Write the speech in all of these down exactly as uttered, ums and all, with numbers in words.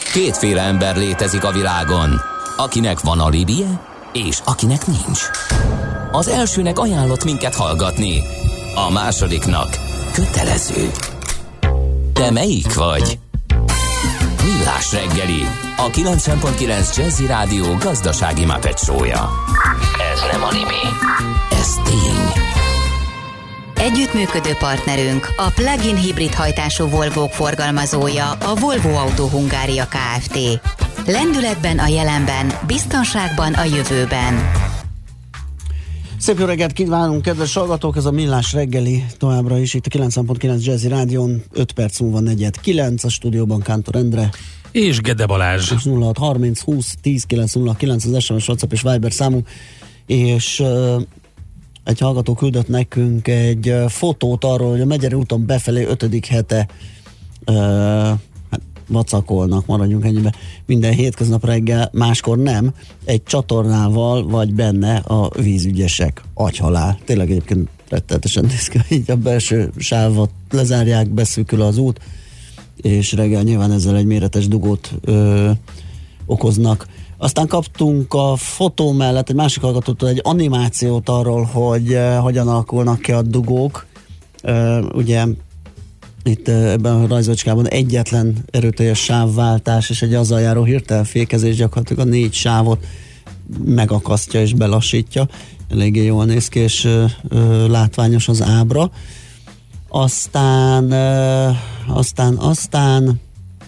Kétféle ember létezik a világon, akinek van alibije, és akinek nincs. Az elsőnek ajánlott minket hallgatni, a másodiknak kötelező. Te melyik vagy? Millás reggeli, a kilencven pont kilenc Jazzy Rádió gazdasági Muppet show-ja. Ez nem anime, ez tény. Együttműködő partnerünk a plug-in hibrid hajtású Volvók forgalmazója, a Volvo Auto Hungária Kft. Lendületben a jelenben, biztonságban a jövőben. Szép jó reggelt kívánunk, kedves hallgatók! Ez a Millás reggeli továbbra is itt a kilencven pont kilenc Jazzy Rádión. öt perc múlva negyed kilenc, a stúdióban Kántor Endre és Gede Balázs. És nulla hat harminc húsz tíz kilenc nulla kilenc az es em es, WhatsApp és Viber számunk. És uh, egy hallgató küldött nekünk egy uh, fotót arról, hogy a Megyeri úton befelé ötödik hete uh, hát vacakolnak, maradjunk ennyibe, minden hétköznap reggel, máskor nem, egy csatornával vagy benne a vízügyesek. Agyhalál. Tényleg egyébként rettenetesen néz ki, így a belső sávot lezárják, beszűkül az út, és reggel nyilván ezzel egy méretes dugót ö, okoznak. Aztán kaptunk a fotó mellett egy másik hallgatótól egy animációt arról, hogy uh, hogyan alakulnak ki a dugók. Uh, ugye itt uh, ebben a rajzocskában egyetlen erőteljes sávváltás és egy azzal járó hirtelen fékezés gyakorlatilag a négy sávot megakasztja és belassítja. Eléggé jól néz ki, és uh, uh, látványos az ábra. Aztán uh, aztán, aztán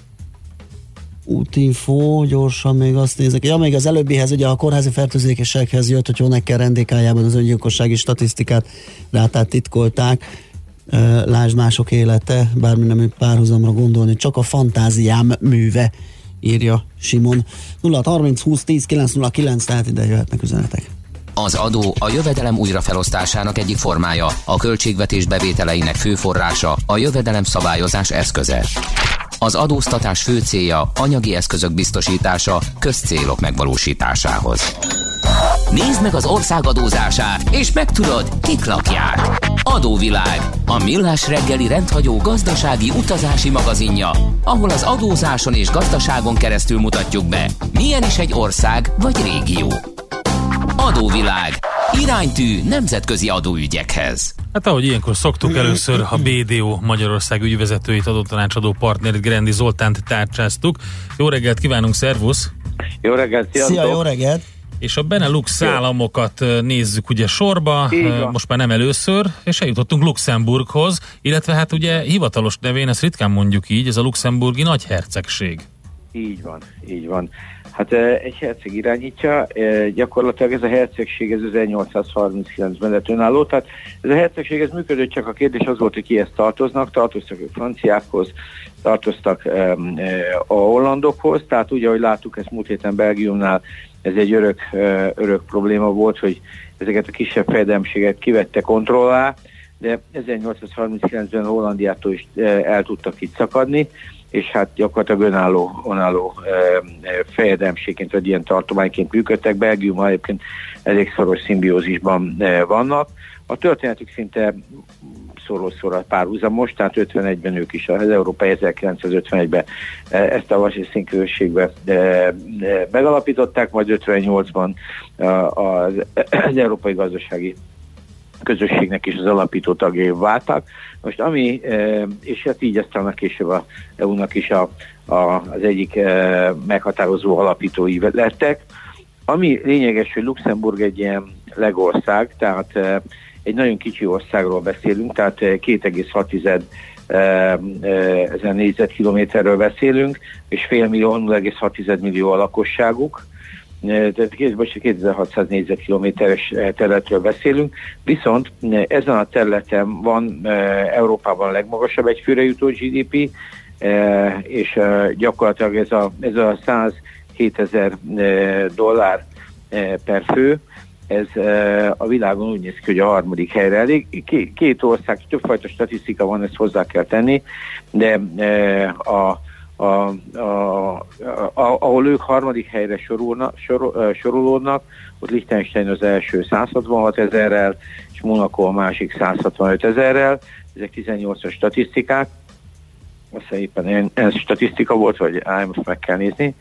útinfo, gyorsan még azt nézek. Ja, még az előbbihez, ugye a kórházi fertőzésekhez jött, hogy Honecker rendékájában az öngyilkossági statisztikát rátát titkolták. Uh, lásd mások élete, bármi nemű párhuzamra gondolni, csak a fantáziám műve, írja Simon. nulla hat harminc húsz tíz kilenc nulla kilenc, tehát ide jöhetnek üzenetek. Az adó a jövedelem újrafelosztásának egyik formája, a költségvetés bevételeinek fő forrása, a jövedelem szabályozás eszköze. Az adóztatás fő célja anyagi eszközök biztosítása közcélok megvalósításához. Nézd meg az ország adózását, és megtudod, kik lakják. Adóvilág, a millás reggeli rendhagyó gazdasági utazási magazinja, ahol az adózáson és gazdaságon keresztül mutatjuk be, milyen is egy ország vagy régió. Adóvilág, iránytű nemzetközi adóügyekhez. Hát ahogy ilyenkor szoktuk, először a bé dé o Magyarország ügyvezetőit, adótanácsadó partnerét, Grendi Zoltánt tárcsáztuk. Jó reggelt kívánunk, szervusz! Jó reggelt, sziasztok! Szia, jó reggelt! És a Benelux államokat nézzük ugye sorba, most már nem először, és eljutottunk Luxemburghoz, illetve hát ugye hivatalos nevén, ezt ritkán mondjuk így, ez a luxemburgi nagyhercegség. Így van, így van. Hát egy herceg irányítja, gyakorlatilag ez a hercegség ez ezernyolcszázharminckilencben lett önálló, tehát ez a hercegség ez működött, csak a kérdés az volt, hogy kihez tartoznak, tartoztak a franciákhoz, tartoztak a hollandokhoz, tehát ugye, ahogy láttuk ezt múlt héten Belgiumnál, ez egy örök, örök probléma volt, hogy ezeket a kisebb fejedelemséget kivette kontroll alá, de ezernyolcszázharminckilencben Hollandiától is el tudtak itt szakadni, és hát gyakorlatilag önálló, önálló e, fejedelemségként, vagy ilyen tartományként működtek. Belgiummal egyébként elég szoros szimbiózisban e, vannak. A történetük szinte szoró-szorra párhuzamos, tehát ötvenegyben ők is, az Európai ezerkilencszázötvenegyben e, ezt a vasúti közösségbe e, e, megalapították, majd ötvennyolcban e, az, az Európai Gazdasági Közösségnek is az alapító tagjai váltak. Most ami, és hát így aztán később a é u-nak is a, a, az egyik meghatározó alapítói lettek. Ami lényeges, hogy Luxemburg egy ilyen legország, tehát egy nagyon kicsi országról beszélünk, tehát két egész hat ezer négyzetkilométerről beszélünk, és fél millió, nulla egész hat millió a lakosságuk. Tehát kétezer-hatszáz négyzetkilométeres területről beszélünk, viszont ezen a területen van Európában a legmagasabb egyfőre jutó gé dé pé, és gyakorlatilag ez a, ez a százhétezer dollár per fő, ez a világon úgy néz ki, hogy a harmadik helyre elég. Két ország, többfajta statisztika van, ezt hozzá kell tenni, de a A, a, a, ahol ők harmadik helyre sorolna, sor, sorolódnak, ott Liechtenstein az első száz hatvanhat ezerrel, és Monaco a másik száz hatvanöt ezerrel, ezek tizennyolcas statisztikák, azt hiszem éppen ez statisztika volt, vagy áll, most meg kell nézni,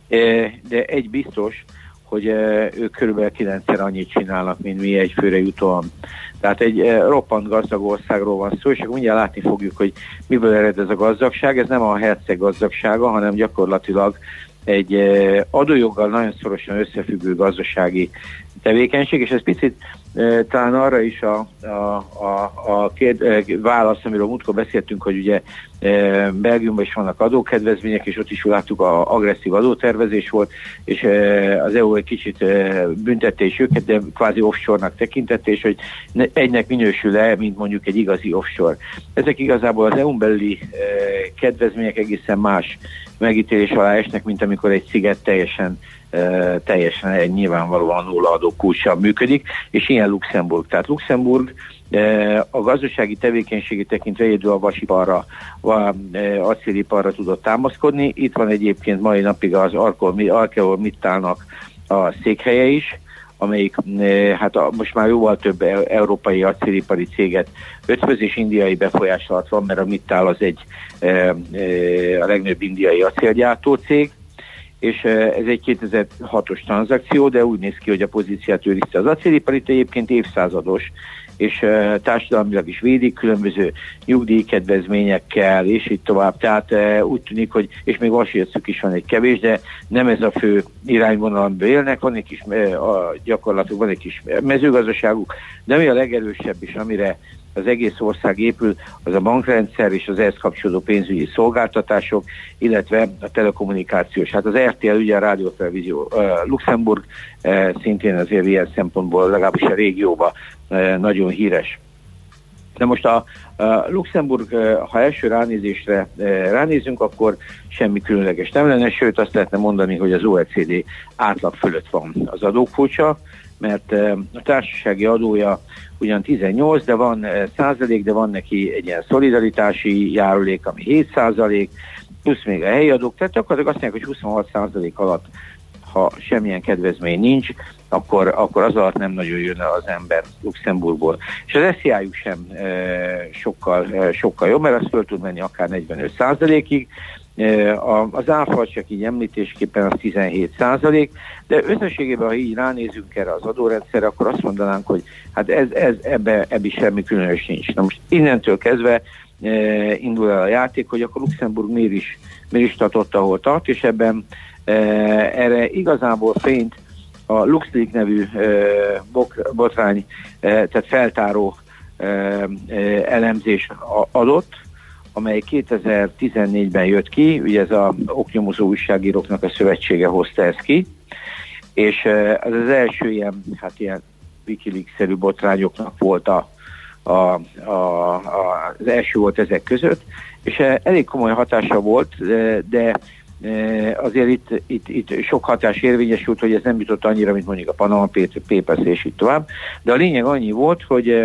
de egy biztos, hogy ők körülbelül kilencszer annyit csinálnak, mint mi egy főre jutóan. Tehát egy roppant gazdag országról van szó, és akkor mindjárt látni fogjuk, hogy miből ered ez a gazdagság. Ez nem a herceg gazdagsága, hanem gyakorlatilag egy adójoggal nagyon szorosan összefüggő gazdasági tevékenység, és ez picit e, talán arra is a, a, a, a kérd, e, válasz, amiről múltkor beszéltünk, hogy ugye e, Belgiumban is vannak adókedvezmények, és ott is láttuk, a agresszív adótervezés volt, és e, az é u egy kicsit e, büntette is őket, de kvázi offshore-nak tekintette, és hogy ne, egynek minősül-e, mint mondjuk egy igazi offshore. Ezek igazából az é u-n belüli e, kedvezmények egészen más megítélés alá esnek, mint amikor egy sziget teljesen Uh, teljesen egy nyilvánvalóan nulla adókulccsal működik, és ilyen Luxemburg. Tehát Luxemburg uh, a gazdasági tevékenységi tekintve egyedül a vasiparra, a uh, acéliparra tudott támaszkodni. Itt van egyébként mai napig az ArcelorMittalnak a székhelye is, amelyik uh, hát a, most már jóval több e- európai acélipari céget ötvöz, és indiai befolyás alatt van, mert a Mittal az egy uh, uh, a legnagyobb indiai acélgyártó cég, és ez egy kétezer-hatos tranzakció, de úgy néz ki, hogy a pozíciát őrizte. Az acélipar itt egyébként évszázados, és társadalmilag is védik, különböző nyugdíjkedvezményekkel, és így tovább. Tehát úgy tűnik, hogy, és még vasércük is van egy kevés, de nem ez a fő irányvonal, amiből élnek, van egy kis a gyakorlatuk, van egy kis mezőgazdaságuk, de ami a legerősebb is, amire az egész ország épül, az a bankrendszer és az ehhez kapcsolódó pénzügyi szolgáltatások, illetve a telekommunikációs. Hát az er té el, ugye a rádiótelevízió uh, Luxemburg uh, szintén azért ilyen szempontból legalábbis a régióban uh, nagyon híres. De most a, a Luxemburg, uh, ha első ránézésre uh, ránézünk, akkor semmi különleges nem lenne, sőt azt lehetne mondani, hogy az o e cé dé átlag fölött van az adókulcsa, mert uh, a társasági adója ugyan tizennyolc, de van százalék, de van neki egy ilyen szolidaritási járulék, ami hét százalék, plusz még a helyi adók, tehát akkor azt mondják, hogy huszonhat százalék alatt, ha semmilyen kedvezmény nincs, akkor, akkor az alatt nem nagyon jön az ember Luxemburgból. És az es zé á-juk sem e, sokkal, e, sokkal jobb, mert az föl tud menni akár negyvenöt százalékig, az áfa csak így említésképpen az tizenhét százalék, de összességében, ha így ránézünk erre az adórendszerre, akkor azt mondanánk, hogy hát ez, ez ebbe, ebbe semmi különös nincs. Na most innentől kezdve e, indul el a játék, hogy akkor Luxemburg miért is, miért is tartott, ahol tart, és ebben e, erre igazából fényt a LuxLeaks nevű e, bok, botrány, e, tehát feltáró e, e, elemzés adott, amely kétezer-tizennégyben jött ki, ugye ez az oknyomozó újságíróknak a szövetsége hozta ezt ki, és ez az első ilyen, hát ilyen Wikileaks-szerű botrányoknak volt a, a, a, a, az első volt ezek között, és elég komoly hatása volt, de, de azért itt, itt, itt sok hatás érvényesült, hogy ez nem jutott annyira, mint mondjuk a Panama Papers és így tovább, de a lényeg annyi volt, hogy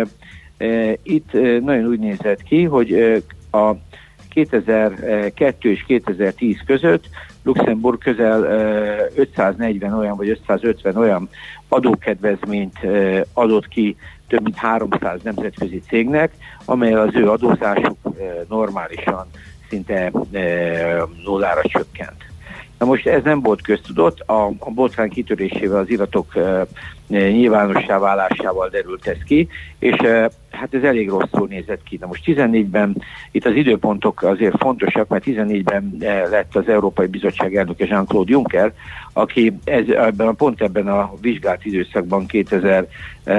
itt nagyon úgy nézett ki, hogy a kétezer-kettő és kétezer-tíz között Luxemburg közel ötszáznegyven olyan vagy ötszázötven olyan adókedvezményt adott ki több mint háromszáz nemzetközi cégnek, amelyel az ő adózásuk normálisan szinte nullára csökkent. Na most ez nem volt köztudott, a, a botrány kitörésével, az iratok e, nyilvánossá válásával derült ez ki, és e, hát ez elég rosszul nézett ki. Na most tizennégyben, itt az időpontok azért fontosak, mert tizennégyben lett az Európai Bizottság elnöke Jean-Claude Juncker, aki ez, ebben, pont ebben a vizsgált időszakban kétezer,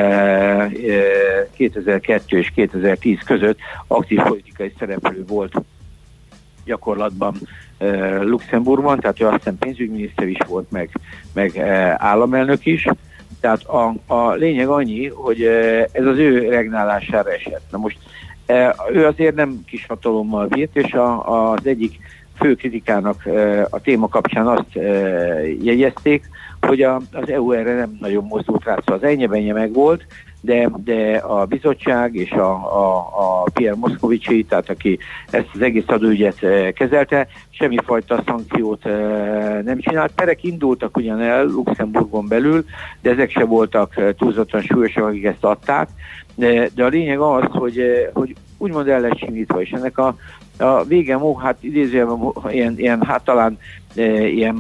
e, kétezer-kettő és kétezer-tíz között aktív politikai szereplő volt gyakorlatban uh, Luxemburgban, tehát ő azt hiszem pénzügyminiszter is volt, meg, meg uh, államelnök is. Tehát a, a lényeg annyi, hogy uh, ez az ő regnálására esett. Na most uh, ő azért nem kis hatalommal bírt, és a, az egyik fő kritikának uh, a téma kapcsán azt uh, jegyezték, hogy a, az é u erre nem nagyon mozdult rá, szóval az ennyi-bennyi meg volt, de, de a bizottság és a, a, a Pierre Moscovici, tehát aki ezt az egész adóügyet kezelte, semmifajta szankciót nem csinált. Perek indultak ugyan el Luxemburgon belül, de ezek se voltak túlzottan súlyosak, akik ezt adták. De, de a lényeg az, hogy, hogy úgymond el lett simítva, és ennek a, a vége, hát idézőjelben ilyen, ilyen, hát talán e, ilyen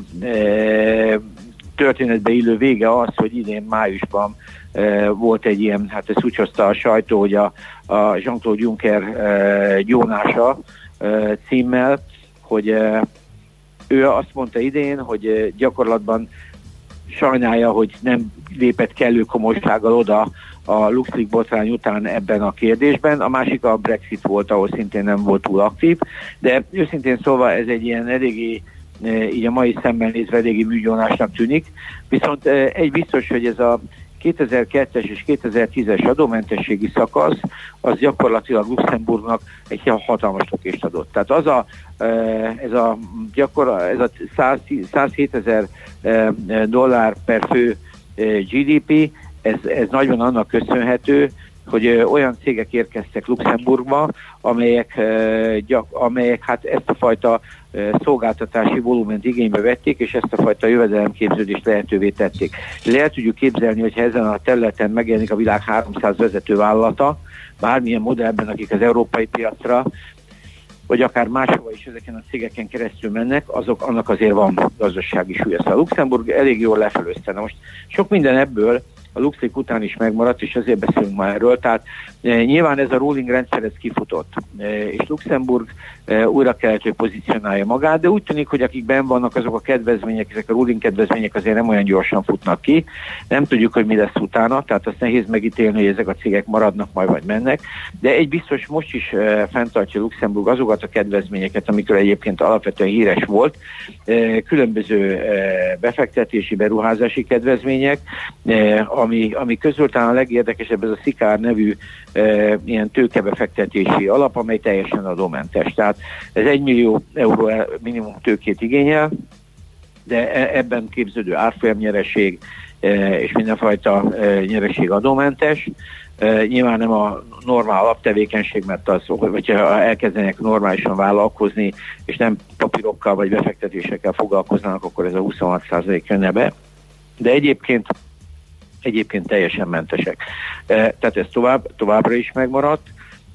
e, történetbe illő vége az, hogy idén májusban e, volt egy ilyen, hát ezt úgy hozta a sajtó, hogy a, a Jean-Claude Juncker e, gyónása e, címmel, hogy e, ő azt mondta idén, hogy e, gyakorlatban sajnálja, hogy nem lépett kellő komolysággal oda a LuxLeaks botrány után ebben a kérdésben. A másik a Brexit volt, ahol szintén nem volt túl aktív, de őszintén szólva ez egy ilyen eléggé, így a mai szemmel nézve eléggé műgyónásnak tűnik. Viszont egy biztos, hogy ez a kétezer-kettes és kétezer-tízes adómentességi szakasz, az gyakorlatilag Luxemburgnak egy hatalmas lökést adott. Tehát az a, ez a, gyakor, ez a százhétezer dollár per fő gé dé pé, ez, ez nagyban annak köszönhető, hogy olyan cégek érkeztek Luxemburgba, amelyek, gyak, amelyek hát ezt a fajta szolgáltatási volument igénybe vették, és ezt a fajta jövedelemképződést lehetővé tették. De el tudjuk képzelni, hogyha ezen a területen megjelenik a világ háromszáz vezető vállalata, bármilyen modellben, akik az európai piacra, vagy akár máshova is ezeken a cégeken keresztül mennek, azok annak azért van gazdasági súlya. Szóval Luxemburg elég jól lefelőzte. Na most sok minden ebből a LuxLeaks után is megmaradt, és azért beszélünk már erről. Tehát e, nyilván ez a ruling rendszer ez kifutott, e, és Luxemburg e, újra kellett, hogy pozícionálja magát, de úgy tűnik, hogy akik benn vannak, azok a kedvezmények, ezek a ruling kedvezmények azért nem olyan gyorsan futnak ki. Nem tudjuk, hogy mi lesz utána, tehát azt nehéz megítélni, hogy ezek a cégek maradnak majd vagy mennek, de egy biztos most is e, fenntartja Luxemburg azokat a kedvezményeket, amikről egyébként alapvetően híres volt, e, különböző e, befektetési, beruházási kedvezmények, e, Ami, ami közül talán a legérdekesebb ez a Szikár nevű e, ilyen tőkebefektetési alap, amely teljesen adómentes. Tehát ez egy millió euró minimum tőkét igényel, de e, ebben képződő árfolyamnyereség e, és mindenfajta e, nyereség adómentes. E, nyilván nem a normál alaptevékenység, mert az, hogyha elkezdenek normálisan vállalkozni, és nem papírokkal vagy befektetésekkel foglalkoznának, akkor ez a huszonhat százalék jönne be. De egyébként egyébként teljesen mentesek. Tehát ez tovább, továbbra is megmaradt,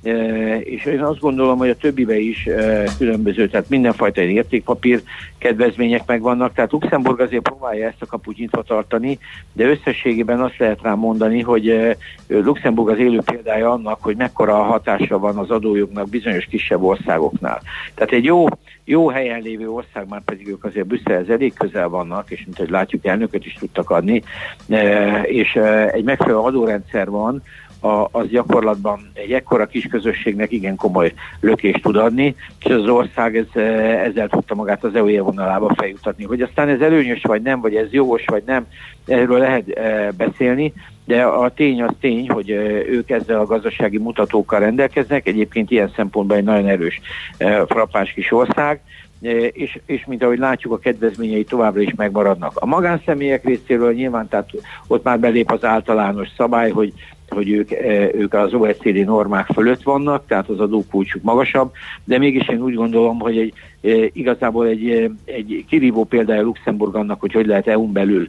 és én azt gondolom, hogy a többibe is különböző, tehát mindenfajta értékpapír kedvezmények megvannak, tehát Luxemburg azért próbálja ezt a kaput nyitva tartani, de összességében azt lehet rá mondani, hogy Luxemburg az élő példája annak, hogy mekkora hatása van az adójognak bizonyos kisebb országoknál. Tehát egy jó, jó helyen lévő ország, már pedig ők azért Brüsszelhez elég közel vannak, és mint hogy látjuk, elnököt is tudtak adni, és egy megfelelő adórendszer van, A, az gyakorlatban egy ekkora kis közösségnek igen komoly lökést tud adni, és az ország ez, ezzel tudta magát az é u élvonalába feljutatni. Hogy aztán ez előnyös vagy nem, vagy ez jogos vagy nem, erről lehet e, beszélni, de a tény az tény, hogy e, ők ezzel a gazdasági mutatókkal rendelkeznek, egyébként ilyen szempontból egy nagyon erős, e, frappáns kis ország, És, és mint ahogy látjuk, a kedvezményei továbbra is megmaradnak. A magánszemélyek részéről nyilván, tehát ott már belép az általános szabály, hogy, hogy ők, ők az o e cé dé normák fölött vannak, tehát az adókulcsuk magasabb, de mégis én úgy gondolom, hogy egy, igazából egy, egy kirívó példája Luxemburg annak, hogy hogy lehet é u-n belül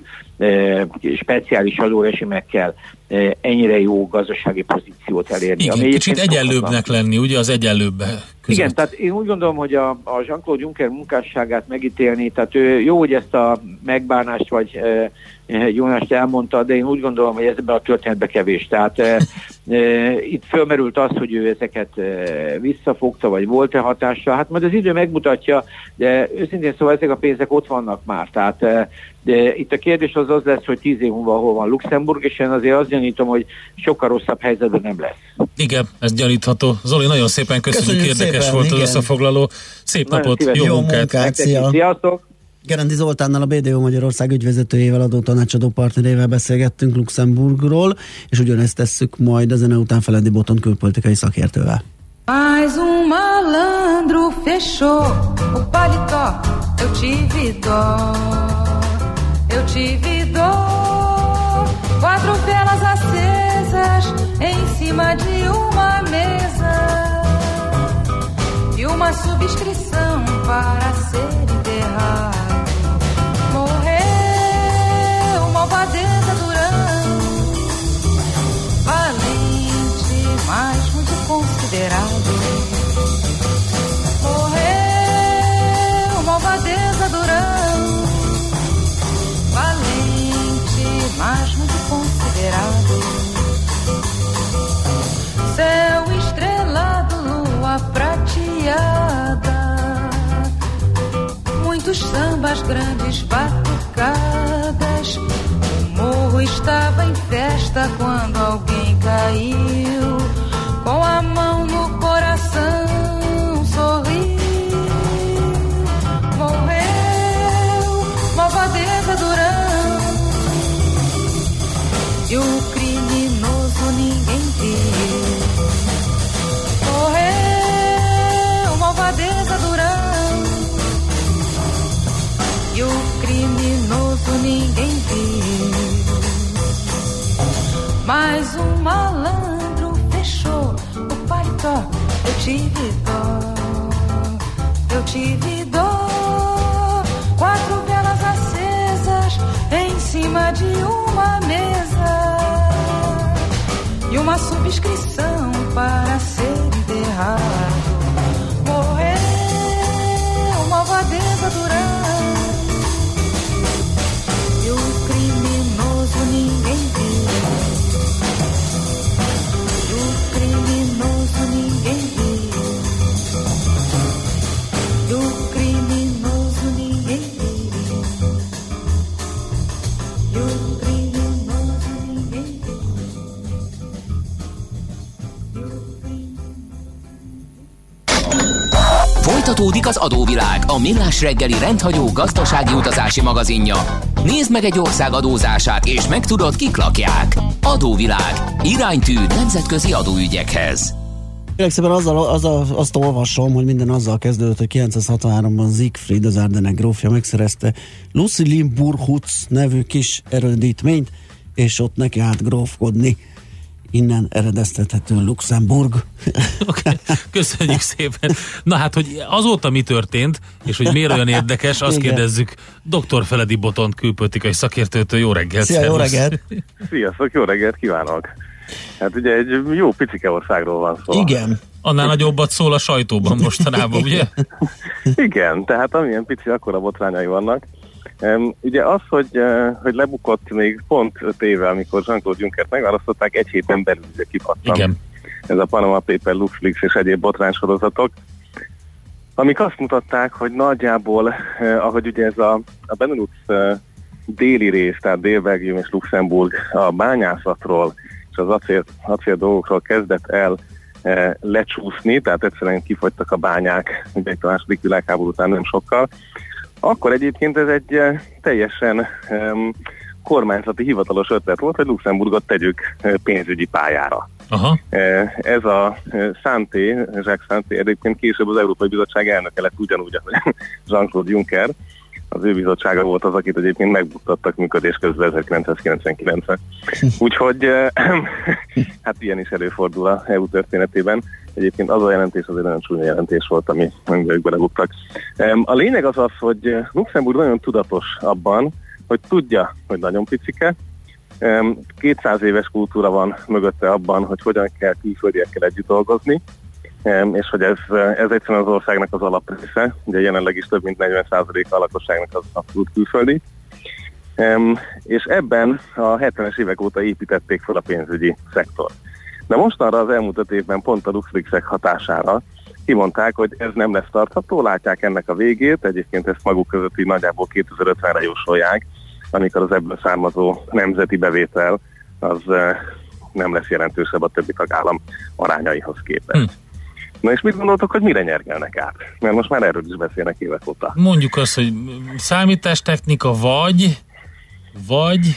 speciális adórezsimekkel ennyire jó gazdasági pozíciót elérni. Igen, kicsit egyenlőbbnek lenni, ugye az egyenlőbb között. Igen, tehát én úgy gondolom, hogy a, a Jean-Claude Juncker munkásságát megítélni, tehát ő jó, hogy ezt a megbánást vagy e, Jónást elmondta, de én úgy gondolom, hogy ez ebben a történetben kevés. Tehát e, e, itt fölmerült az, hogy ő ezeket e, visszafogta, vagy volt-e hatása. Hát majd az idő megmutatja, de őszintén szóval ezek a pénzek ott vannak már. Tehát e, de itt a kérdés az az lesz, hogy tíz év múlva hol van Luxemburg, és én azért azt gyanítom, hogy sokkal rosszabb helyzetben nem lesz. Igen, ez gyanítható. Zoli, nagyon szépen köszönjük, köszönjük érdekes szépen, volt igen. Az összefoglaló. Szép nagyon napot, szíves. Jó, jó munkát! munkát szia. Sziasztok! Gerendi Zoltánnal, a bé dé o Magyarország ügyvezetőjével, adó tanácsadó partnerével beszélgettünk Luxemburgról, és ugyanezt tesszük majd a zene után Feledi Botton külpolitikai szakértővel. Mais um malandro fechou o paletó, eu tive dó, eu tive dó, quatro velas acesas em cima de uma mesa e uma subscrição para ser enterrado. Morreu malvadeza Durão, valente, mas muito considerado. sambas, grandes batucadas. O morro estava em festa quando alguém caiu, com a mão no coração, sorriu. Morreu Malvadeza Durão, e o criminoso ninguém viu. Morreu Malvadeza Durão, e o criminoso ninguém viu. Mas um malandro fechou o paletó. Eu tive dó, eu tive dó. Quatro velas acesas em cima de uma mesa e uma subscrição para ser enterrado. Morreu Malvadeza Durão, e o criminoso ninguém viu. E o criminoso ninguém viu. E o criminoso ninguém viu. E o criminoso ninguém viu. Folytatódik az Adóvilág, a millás reggeli rendhagyó gazdasági utazási magazinja. Nézd meg egy ország adózását, és megtudod, kik lakják. Adóvilág. Iránytű nemzetközi adóügyekhez. Kérlek szépen azzal, azzal, azt olvasom, hogy minden azzal kezdődött, hogy kilencszázhatvanháromban Siegfried, az Ardenek grófja megszerezte Lucy Limburg-Hutz nevű kis erődítményt, és ott neki állt grófkodni. Innen eredeztethető Luxemburg. Okay. Köszönjük szépen. Na hát, hogy azóta mi történt, és hogy miért olyan érdekes, azt igen, kérdezzük doktor Feledi Botont külpolitikai szakértőtől. Jó reggelt! Szia, jó reggelt! Sziasztok, jó reggelt kívánok! Hát ugye egy jó picike országról van szó. Igen. Annál nagyobbat szól a sajtóban mostanában, ugye? Igen, tehát amilyen pici, akkora botrányai vannak. Um, ugye az, hogy, uh, hogy lebukott még pont öt éve, amikor Jean-Claude Junckert megválasztották, egy héten belül ugye kipattant. Igen. Ez a Panama Paper, LuxLeaks és egyéb botránysorozatok, amik azt mutatták, hogy nagyjából, uh, ahogy ugye ez a, a Benelux uh, déli rész, tehát Dél-Belgium és Luxemburg a bányászatról és az acél, acél dolgokról kezdett el uh, lecsúszni, tehát egyszerűen kifogytak a bányák, ugye a második világháború után nem sokkal, akkor egyébként ez egy uh, teljesen um, kormányzati hivatalos ötlet volt, hogy Luxemburgot tegyük uh, pénzügyi pályára. Aha. Uh, ez a uh, Santé, Jacques Santé egyébként később az Európai Bizottság elnöke lett ugyanúgy, ahogy Jean-Claude Juncker. Az ő bizottsága volt az, akit egyébként megbuktattak működés közben ezerkilencszázkilencvenkilencben. Úgyhogy uh, hát ilyen is előfordul a é u történetében. Egyébként az a jelentés az egy nagyon csúnya jelentés volt, ami ők belebuktak. A lényeg az az, hogy Luxemburg nagyon tudatos abban, hogy tudja, hogy nagyon picike. kétszáz éves kultúra van mögötte abban, hogy hogyan kell külföldiekkel együtt dolgozni, és hogy ez, ez egyszerűen az országnak az alaprésze. Ugye jelenleg is több mint negyven százaléka a lakosságnak az abszolút külföldi. És ebben a hetvenes évek óta építették fel a pénzügyi szektort. De mostanra az elmúlt öt évben pont a LuxLeaks hatására kimondták, hogy ez nem lesz tartható, látják ennek a végét, egyébként ezt maguk között így nagyjából kétezer-ötvenre jósolják, amikor az ebből származó nemzeti bevétel az nem lesz jelentősebb a többi tagállam arányaihoz képest. Hm. Na és mit gondoltok, hogy mire nyergelnek át? Mert most már erről is beszélnek évek óta. Mondjuk azt, hogy számítástechnika vagy, vagy...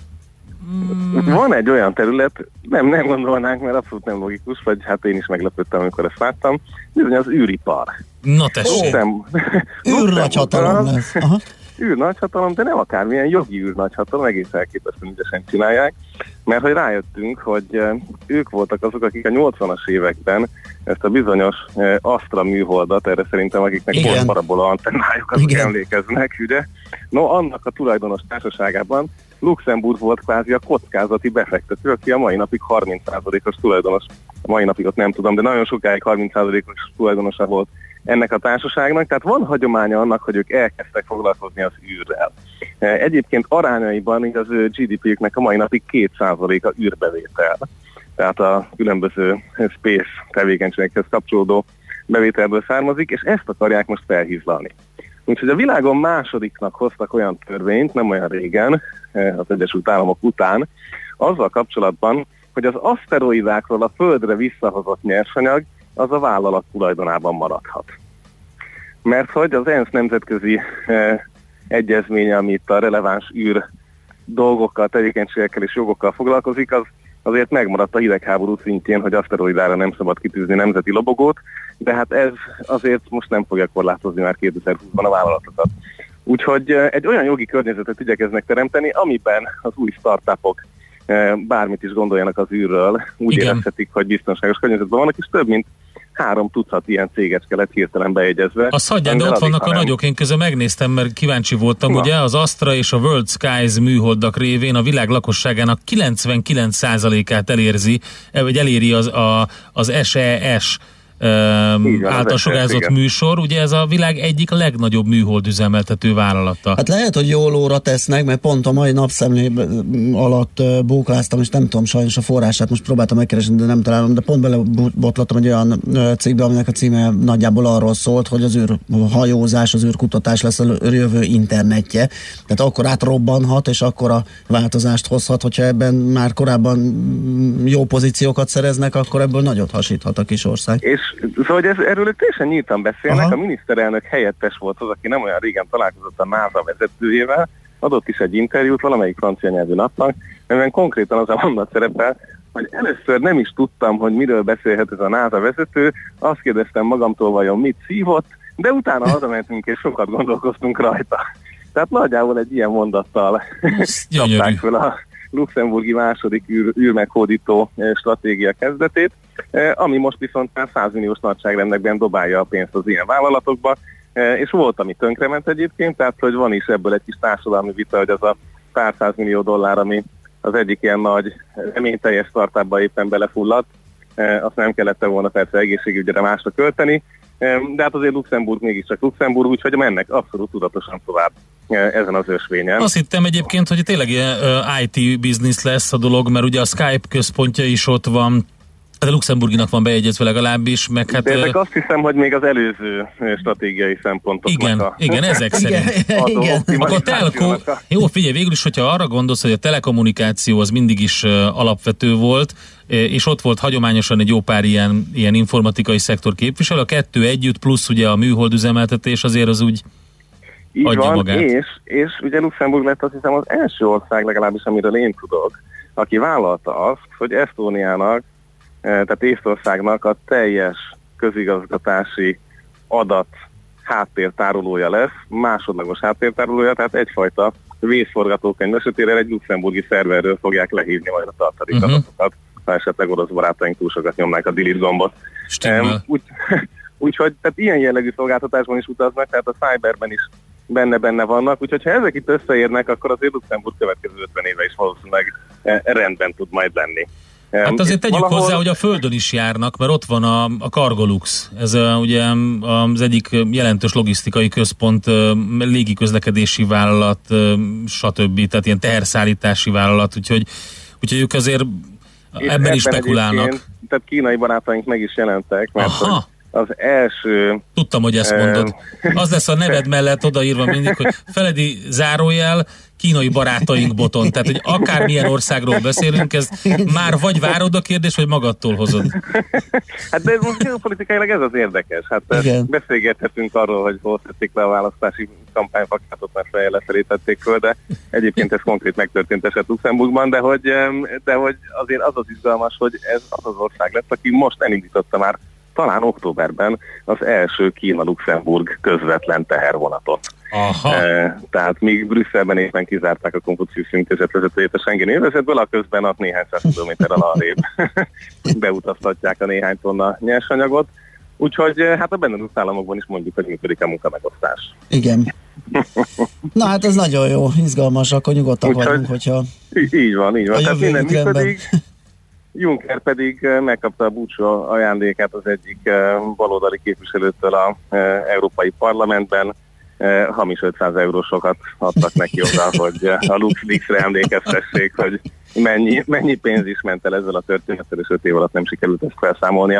Mm. Van egy olyan terület, nem, nem gondolnánk, mert abszolút nem logikus, vagy hát én is meglepődtem, amikor ezt láttam, bizony az űripar. Na tessék! űrnagyhatalom lesz. űrnagyhatalom, de nem akármilyen jogi űrnagyhatalom, egész elképesztően ügyesen csinálják, mert hogy rájöttünk, hogy ők voltak azok, akik a nyolcvanas években ezt a bizonyos Astra műholdat, erre szerintem akiknek volt parabola antennájuk, azok igen, emlékeznek, ugye? No, annak a tulajdonos társaságában Luxemburg volt kvázi a kockázati befektető, aki a mai napig harminc százalékos tulajdonos, a mai napig ott nem tudom, de nagyon sokáig harminc százalékos tulajdonosa volt ennek a társaságnak, tehát van hagyománya annak, hogy ők elkezdtek foglalkozni az űrrel. Egyébként arányaiban így az ő gé dé pé-üknek a mai napig két százaléka űrbevétel, tehát a különböző space tevékenységekhez kapcsolódó bevételből származik, és ezt akarják most felhízlalni. Úgyhogy a világon másodiknak hoztak olyan törvényt, nem olyan régen, az Egyesült Államok után, azzal kapcsolatban, hogy az aszteroidákról a Földre visszahozott nyersanyag az a vállalat tulajdonában maradhat. Mert hogy az ENSZ nemzetközi eh, egyezménye, amit a releváns űr dolgokkal, tevékenységekkel és jogokkal foglalkozik, az azért megmaradt a hidegháború szintjén, hogy aszteroidára nem szabad kitűzni nemzeti lobogót, de hát ez azért most nem fogja korlátozni már kétezer-húszban a vállalatokat. Úgyhogy eh, egy olyan jogi környezetet igyekeznek teremteni, amiben az új startupok eh, bármit is gondoljanak az űrről, úgy Igen. érezhetik, hogy biztonságos környezetben vannak, és több mint három tucat ilyen céget kellett hirtelen bejegyezve. Azt hagyján, de ott vannak a nagyok, én közben megnéztem, mert kíváncsi voltam, Na. ugye az Astra és a World Skies műholdak révén a világ lakosságának kilencvenkilenc százalékát elérzi, vagy eléri az, a, az es e es Um, által sugárzott műsor, ugye ez a világ egyik legnagyobb műholdüzemeltető vállalata. Hát lehet, hogy jól óra tesznek, mert pont a mai napszemlé alatt bókláztam, és nem tudom sajnos a forrását, most próbáltam megkeresni, de nem találom, de pont belebotlattam egy olyan cikkbe, aminek a címe nagyjából arról szólt, hogy az űrhajózás, az űrkutatás lesz a jövő internetje. Tehát akkor átrobbanhat, és akkor a változást hozhat, hogyha ebben már korábban jó pozíciókat szereznek, akkor ebből nagyot hasíthat a kis ország. És szóval ez, erről teljesen nyíltan beszélnek, Aha. a miniszterelnök helyettes volt az, aki nem olyan régen találkozott a NASA vezetőjével, adott is egy interjút valamelyik francia nyelvű napnak, amiben konkrétan az a mondat szerepel, hogy először nem is tudtam, hogy miről beszélhet ez a NASA vezető, azt kérdeztem magamtól, vajon mit szívott, de utána hazamentünk és sokat gondolkoztunk rajta. Tehát nagyjából egy ilyen mondattal csapták föl a luxemburgi második űr, űrmeghódító stratégia kezdetét, ami most viszont már száz milliós nagyságrendekben dobálja a pénzt az ilyen vállalatokba, és volt, ami tönkrement egyébként, tehát hogy van is ebből egy kis társadalmi vita, hogy az a pár százmillió dollár, ami az egyik ilyen nagy reményteljes startupba éppen belefulladt, azt nem kellett volna persze egészségügyre másra költeni, de hát azért Luxemburg mégiscsak Luxemburg, úgyhogy mennek abszolút tudatosan tovább ezen az ösvényen. Azt hittem egyébként, hogy tényleg ilyen i té business lesz a dolog, mert ugye a Skype központja is ott van, hát a luxemburginak van bejegyezve legalábbis, meg hát... De ezek azt hiszem, hogy még az előző stratégiai szempontoknak igen, a... Igen, ezek szerint. Igen, Akkor a telko... Jó, figyelj, végül is, hogyha arra gondolsz, hogy a telekommunikáció az mindig is alapvető volt, és ott volt hagyományosan egy jó pár ilyen, ilyen informatikai szektor képviselő, a kettő együtt, plusz ugye a műholdüzemeltetés azért az úgy Így adja van, magát. És, és ugye Luxemburg lett azt hiszem az első ország, legalábbis amiről én tudok, aki vállalta azt, hogy Esztóniának, tehát Észtországnak a teljes közigazgatási adat háttértárolója lesz, másodlagos háttértárolója, tehát egyfajta vészforgatókönyv esetére egy luxemburgi szerverről fogják lehívni majd a tartalék uh-huh. adatokat, ha esetleg orosz barátaink túl sokat nyomnák a delete gombot. Um, úgy, úgyhogy tehát ilyen jellegű szolgáltatásban is utaznak, tehát a cyberben is benne-benne vannak, úgyhogy ha ezek itt összeérnek, akkor azért Luxemburg következő ötven éve is valószínűleg rendben tud majd lenni. Hát azért tegyük valahol... hozzá, hogy a Földön is járnak, mert ott van a, a Cargolux, ez a, ugye az egyik jelentős logisztikai központ, légiközlekedési vállalat, stb. Tehát ilyen teherszállítási vállalat, úgyhogy, úgyhogy ők azért ebben, ebben is spekulálnak. Tehát kínai barátaink meg is jelentek, mert az első... Tudtam, hogy ezt mondod. Az lesz a neved mellett odaírva mindig, hogy Feledi zárójel, kínai barátaink boton. Tehát, hogy akármilyen országról beszélünk, ez már vagy várod a kérdés, vagy magadtól hozod. Hát de most geopolitikailag ez az érdekes. Hát igen. Beszélgethetünk arról, hogy hol tették le a választási kampányfakátot, mert fejjel lefelé tették föl, de egyébként ez konkrét megtörtént eset Luxemburgban, de hogy, de hogy azért az az izgalmas, hogy ez az az ország lett, aki most elindította már talán októberben az első Kína-Luxemburg közvetlen tehervonatot. Aha. E, tehát míg Brüsszelben éppen kizárták a Konfuciusz Intézet vezetőjét a Schengeni övezetből, a közben a néhány száz kilométerrel arrébb beutaztatják a néhány tonna nyersanyagot. Úgyhogy hát a Benelux államokban is mondjuk, hogy működik a munkamegosztás. Igen. Na hát ez nagyon jó, izgalmas, akkor nyugodtak Úgyhogy, vagyunk, hogyha... Így van, így van. Tehát minden működik. Juncker pedig megkapta a búcsú ajándékát az egyik baloldali képviselőtől a Európai Parlamentben. Hamis ötszáz eurósokat adtak neki oda, hogy a LuxLeaks-re emlékeztessék, hogy mennyi, mennyi pénz is ment el ezzel a történettel, és öt év alatt nem sikerült ezt felszámolnia.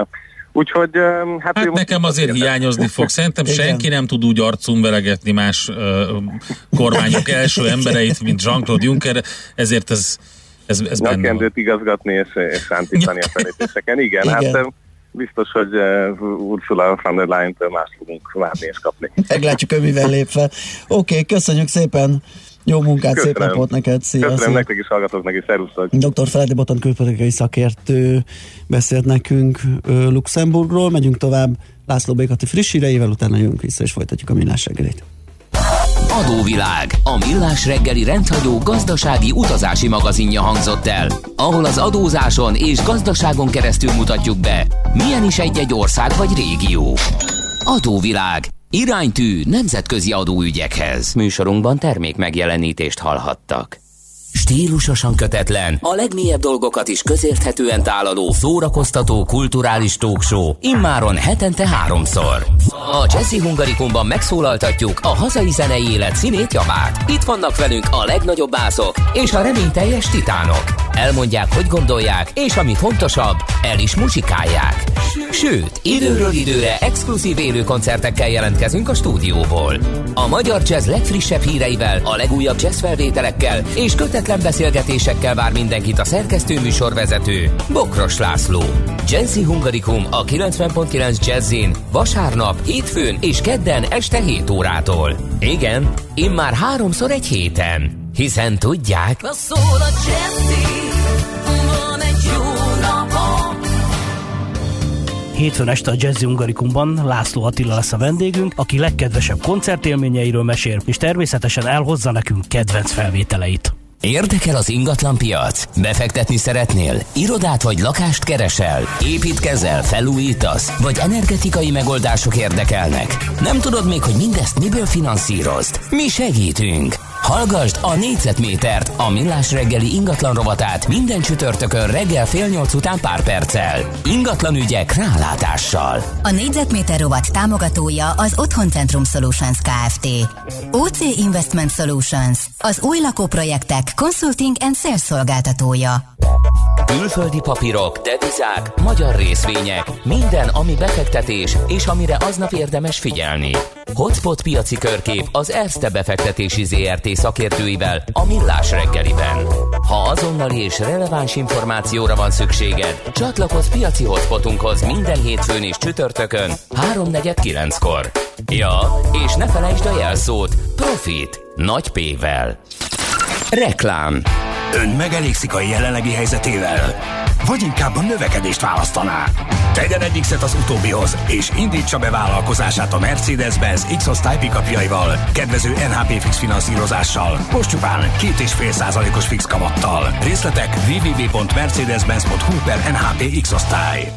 Úgyhogy hát... Hát nekem azért hiányozni fog. Szerintem senki nem tud úgy arcumvelegetni más uh, kormányok első embereit, mint Jean-Claude Juncker, ezért ez, ez, ez benne van. Nyakendőt igazgatni és, és rántítani a felépéseken. Igen, Igen, hát biztos, hogy Ursula von der Leyen-től más fogunk várni és kapni. Meglátjuk, hogy mivel lép fel. Oké, okay, köszönjük szépen! Jó munkát, szép napot neked, szia! Köszönöm nektek is, hallgatóknak is, szervusztok! doktor Feledi Botton külpolitikai szakértő beszélt nekünk Luxemburgról, megyünk tovább László Békati friss híreivel, utána jövünk vissza és folytatjuk a Millás reggelit. Adóvilág, a Millás reggeli rendhagyó gazdasági utazási magazinja hangzott el, ahol az adózáson és gazdaságon keresztül mutatjuk be, milyen is egy-egy ország vagy régió. Adóvilág, iránytű nemzetközi adóügyekhez. Műsorunkban termék megjelenítést hallhattak. Stílusosan kötetlen, a legmélyebb dolgokat is közérthetően tálaló, szórakoztató, kulturális talkshow, immáron hetente háromszor. A Jazzy Hungarikumban megszólaltatjuk a hazai zenei élet színét, javát. Itt vannak velünk a legnagyobb ászok és a reményteljes titánok. Elmondják, hogy gondolják, és ami fontosabb, el is muzsikálják. Sőt, időről időre exkluzív élő koncertekkel jelentkezünk a stúdióból. A magyar jazz legfrissebb híreivel, a legújabb jazz felvételekkel és kötetlen beszélgetésekkel vár mindenkit a szerkesztő műsorvezető, Bokros László. Jazzy Hungarikum a kilencven pont kilenc Jazzin vasárnap, hétfőn és kedden este hét órától. Igen, immár háromszor egy héten. Hiszen tudják... Szól a Jazzy, van egy jó napom. Hétfőn este a Jazzy Hungarikumban László Attila lesz a vendégünk, aki legkedvesebb koncertélményeiről mesél, és természetesen elhozza nekünk kedvenc felvételeit. Érdekel az ingatlanpiac? Befektetni szeretnél? Irodát vagy lakást keresel? Építkezel, felújítasz? Vagy energetikai megoldások érdekelnek? Nem tudod még, hogy mindezt miből finanszírozd? Mi segítünk! Hallgasd a Négyzetmétert, a Millás reggeli ingatlan rovatát minden csütörtökön reggel fél nyolc után pár perccel. Ingatlan ügyek rálátással. A Négyzetméter rovat támogatója az Otthoncentrum Solutions Kft. o cé Investment Solutions, az új lakóprojektek consulting and sales szolgáltatója. Külföldi papírok, devizák, magyar részvények, minden, ami befektetés és amire aznap érdemes figyelni. Hotspot piaci körkép az Erste befektetési zé er té szakértőivel a Millás reggeliben. Ha azonnali és releváns információra van szükséged, csatlakozz piaci hotspotunkhoz minden hétfőn és csütörtökön háromnegyed kilenckor. Ja, és ne felejtsd a jelszót Profit nagy P-vel. Reklám. Ön megelégszik a jelenlegi helyzetével? Vagy inkább a növekedést választaná? Tegyen egy X-et az utóbbihoz, és indítsa be vállalkozását a Mercedes-Benz X-osztály pick-upjaival, kedvező en há pé fix finanszírozással, most csupán két egész öt százalékos fix kamattal. Részletek double-u double-u double-u pont mercedes benz pont hu per en há pé X-osztály.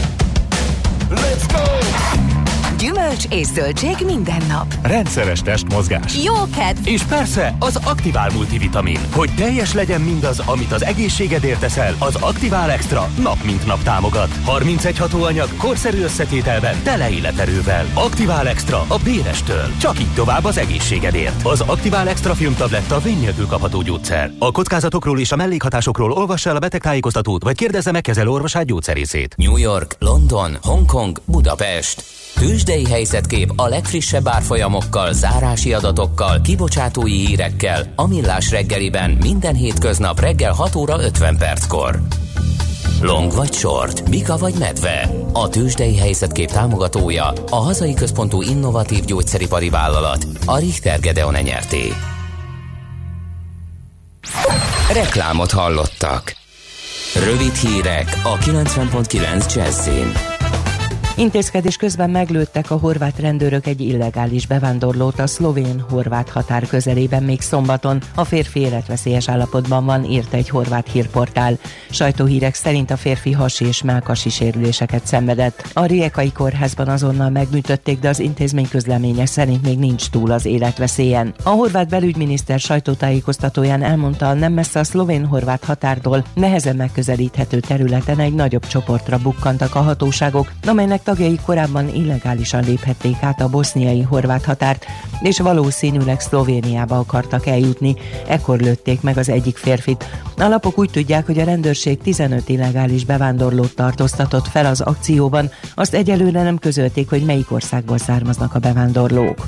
Let's go! Gyümölcs és zöldség minden nap. Rendszeres testmozgás. Jó kedv. És persze az Aktivál multivitamin. Hogy teljes legyen mindaz, amit az egészségedért teszel, az Aktivál Extra nap mint nap támogat. harmincegy hatóanyag, korszerű összetételben, tele életerővel. Aktivál Extra a Bérestől. Csak így tovább az egészségedért. Az Aktivál Extra filmtabletta vény nélkül kapható gyógyszer. A kockázatokról és a mellékhatásokról olvassa el a betegtájékoztatót, vagy kérdezze meg kezelőorvosát, gyógyszerészét. New York, London, Hongkong, Budapest. Tőzsdei helyzetkép a legfrissebb árfolyamokkal, zárási adatokkal, kibocsátói hírekkel a Millás reggeliben minden hétköznap reggel hat óra ötven perckor. Long vagy short, bika vagy medve. A tőzsdei helyzetkép támogatója a hazai központú innovatív gyógyszeripari vállalat, a Richter Gedeon Nyrt. Reklámot hallottak. Rövid hírek a kilencven pont kilenc Jazzin. Intézkedés közben meglőttek a horvát rendőrök egy illegális bevándorlót a szlovén-horvát határ közelében még szombaton. A férfi életveszélyes állapotban van, írta egy horvát hírportál. Sajtóhírek szerint a férfi hasi és mellkasi sérüléseket szenvedett. A Rijekai kórházban azonnal megműtötték, de az intézmény közleménye szerint még nincs túl az életveszélyen. A horvát belügyminiszter sajtótájékoztatóján elmondta, nem messze a szlovén-horvát határtól nehezen megközelíthető területen egy nagyobb csoportra bukkantak a hatóságok, amelynek tagjai korábban illegálisan léphették át a boszniai horvát határt, és valószínűleg Szlovéniába akartak eljutni. Ekkor lőtték meg az egyik férfit. A lapok úgy tudják, hogy a rendőrség tizenöt illegális bevándorlót tartóztatott fel az akcióban, azt egyelőre nem közölték, hogy melyik országból származnak a bevándorlók.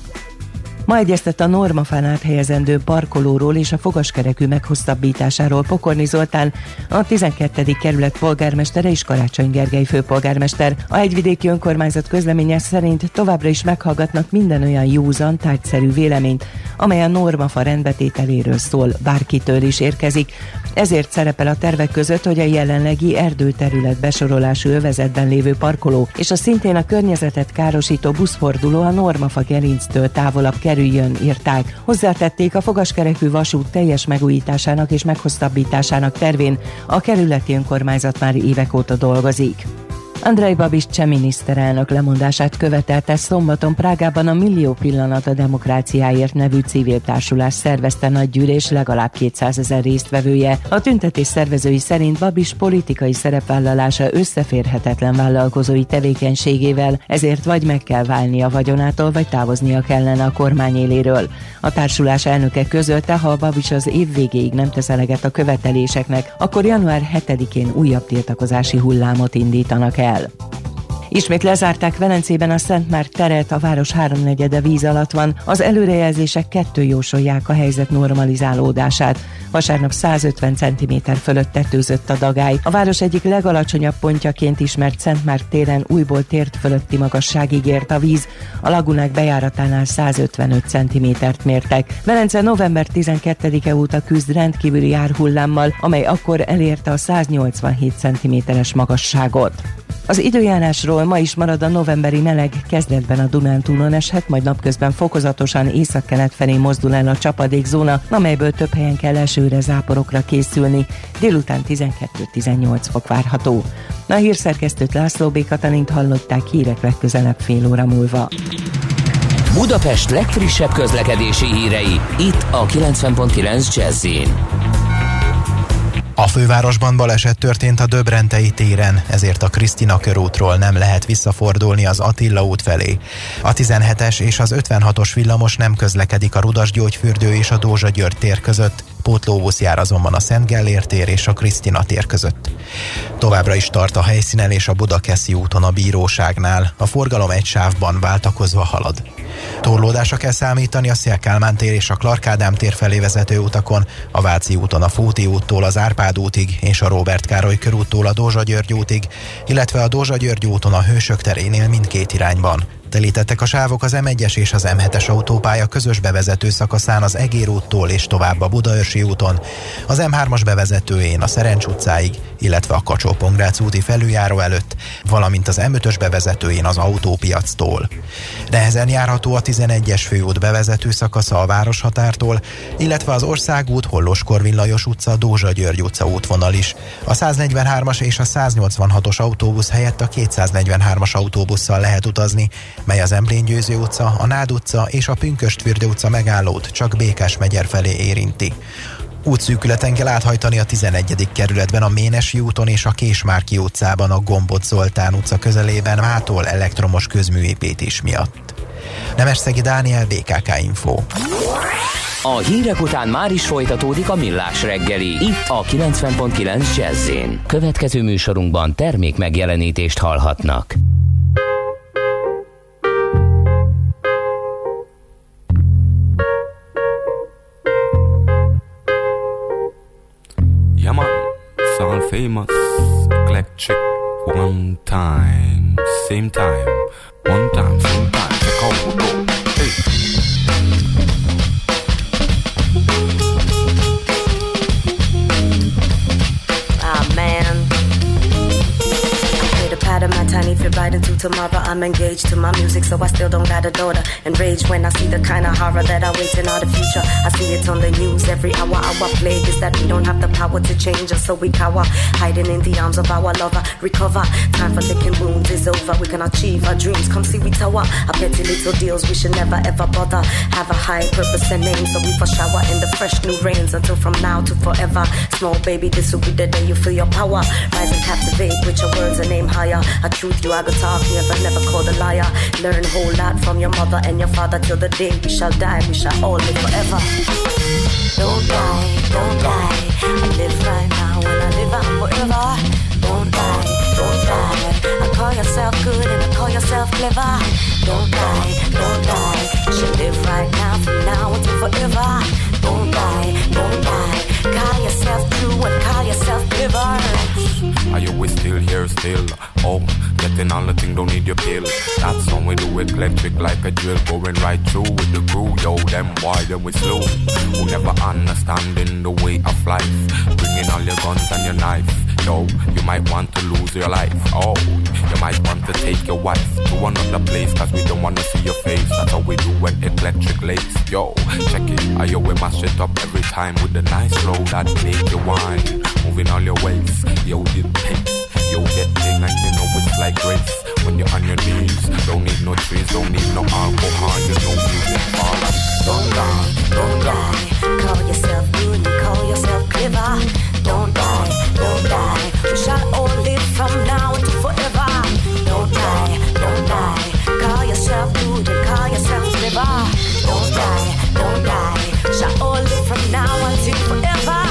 Ma egyeztett a Normafán áthelyezendő parkolóról és a fogaskerekű meghosszabbításáról Pokorni Zoltán, a tizenkettedik kerület polgármestere és Karácsony Gergely főpolgármester. A hegyvidéki önkormányzat közleménye szerint továbbra is meghallgatnak minden olyan józan, tárgyszerű véleményt, amely a Normafa rendbetételéről szól, bárkitől is érkezik. Ezért szerepel a tervek között, hogy a jelenlegi erdőterület besorolású övezetben lévő parkoló és a szintén a környezetet károsító buszforduló a Normafa gerinctől távolabb kerüljön, írták. Hozzátették, a fogaskerekű vasút teljes megújításának és meghosszabbításának tervén a kerületi önkormányzat már évek óta dolgozik. Andrej Babiš cseh miniszterelnök lemondását követelte szombaton Prágában a Millió pillanat a demokráciáért nevű civil társulás szervezte nagygyűlés legalább kétszázezer résztvevője. A tüntetés szervezői szerint Babiš politikai szerepvállalása összeférhetetlen vállalkozói tevékenységével, ezért vagy meg kell válnia vagyonától, vagy távoznia kellene a kormány éléről. A társulás elnöke közölte, ha Babiš az év végéig nem tesz eleget a követeléseknek, akkor január hetedikén újabb tiltakozási hullámot indítanak el. Ismét lezárták Velencében a Szent Márk teret, a város háromnegyede víz alatt van, az előrejelzések kettő jósolják a helyzet normalizálódását. Vasárnap százötven centiméter fölött tetőzött a dagály. A város egyik legalacsonyabb pontjaként ismert Szent Márk téren újból tért fölötti magasságig ért a víz, a lagunák bejáratánál százötvenöt centimétert mértek. Velence november tizenkettedike óta küzd rendkívüli árhullámmal, amely akkor elérte a száznyolcvanhét centiméteres magasságot. Az időjárásról: ma is marad a novemberi meleg, kezdetben a Dunántúlon eshet, majd napközben fokozatosan északkelet felé mozdul el a csapadékzóna, amelyből több helyen kell esőre, záporokra készülni. Délután tizenkettő-tizennyolc fok várható. A hírszerkesztőt, László B. Katalint hallották, hírek legközelebb fél óra múlva. Budapest legfrissebb közlekedési hírei, itt a kilencven pont kilenc Jazz-in. A fővárosban baleset történt a Döbrentei téren, ezért a Krisztina körútról nem lehet visszafordulni az Attila út felé. A tizenhetes és az ötvenhatos villamos nem közlekedik a Rudasgyógyfürdő és a Dózsa-György tér között, pótlóbusz jár azonban a Szent Gellér tér és a Krisztina tér között. Továbbra is tart a helyszínen és a Budakeszi úton a bíróságnál, a forgalom egy sávban váltakozva halad. Torlódásra kell számítani a Széll-Kálmán tér és a Clark Ádám tér felé vezető utakon, a Váci úton a Fóti úttól az Árpád útig és a Róbert Károly körúttól a Dózsa-György útig, illetve a Dózsa-György úton a Hősök terénél mindkét irányban. Telítettek a sávok az em egyes és az em hetes autópálya közös bevezető szakaszán az Egér úttól és tovább a Budaörsi úton, az em hármas bevezetőjén a Szerencs utcáig, illetve a Kacsó-Pongrác úti felüljáró előtt, valamint az em ötös bevezetőjén az autópiactól. Nehezen járható a tizenegyes főút bevezető szakasza a Városhatártól, illetve az Országút, Hollós-Korvin Lajos utca, Dózsa-György utca útvonal is. A száznegyvenhármas és a száznyolcvanhatos autóbusz helyett a kétszáznegyvenhármas autóbusszal lehet utazni, mely az Emlén-Győző utca, a Nád utca és a Pünkösdfürdő utca megállót csak Békás-megyer felé érinti. Útszűkületen kell áthajtani a tizenegyedik kerületben a Ménesi úton és a Késmárki utcában a Gombóc Zoltán utca közelében mától elektromos közműépítés miatt. Nemesszegi Dániel, bé ká ká Info. A hírek után már is folytatódik a Millás reggeli, itt a kilencven pont kilenc Jazz-in. Következő műsorunkban termék megjelenítést hallhatnak. Yeah man, sound famous, electric, one time, same time, one time, same time, check out the go, hey. Ah man, I play the pad of my tiny fit right into tomorrow. I'm engaged to my music, so I still don't got a daughter. Enraged when I see the kind of horror that I wait in all the future. I see it on the news every hour. Our plague is that we don't have the power to change us, so we cower, hiding in the arms of our lover. Recover, time for licking wounds is over. We can achieve our dreams, come see we tower. Our petty little deals, we should never ever bother. Have a high purpose and name, so we for shower in the fresh new rains until from now to forever. Small baby, this will be the day you feel your power. Rise and captivate with your words and aim higher. A truth you I go talk, never, never called a liar. Learn a whole lot from your mother and your father till the day we shall die. We shall all live forever. Don't die, don't die. I live right now and I live out forever. Don't die, don't die. I call yourself good and I call yourself clever. Don't die, don't die. You should live right now from now until forever. Don't die, don't die. Call yourself true and call yourself clever. Are you we still here still? Oh, getting all the thing, don't need your pill. That's how we do it, electric like a drill. Going right through with the crew, yo, them why then we slow. Who never understanding the way of life. Bringing all your guns and your knife. Yo, you might want to lose your life. Oh, you might want to take your wife to another place, cause we don't want to see your face. That's how we do when electric lace. Yo, check it, I yo, we mash it up every time with a nice flow that make you whine. Moving all your ways, yo, did pace. Yo, get thing and you know it's like grace. When you're on your knees, don't need no trees, don't need no alcohol, you know music fall. Don't die, don't die. Call yourself good and call yourself clever. Don't die, don't die. We shall all live from now to forever. Don't die, don't die. Call yourself good and call yourself clever. Don't die, don't die. We shall all live from now until forever.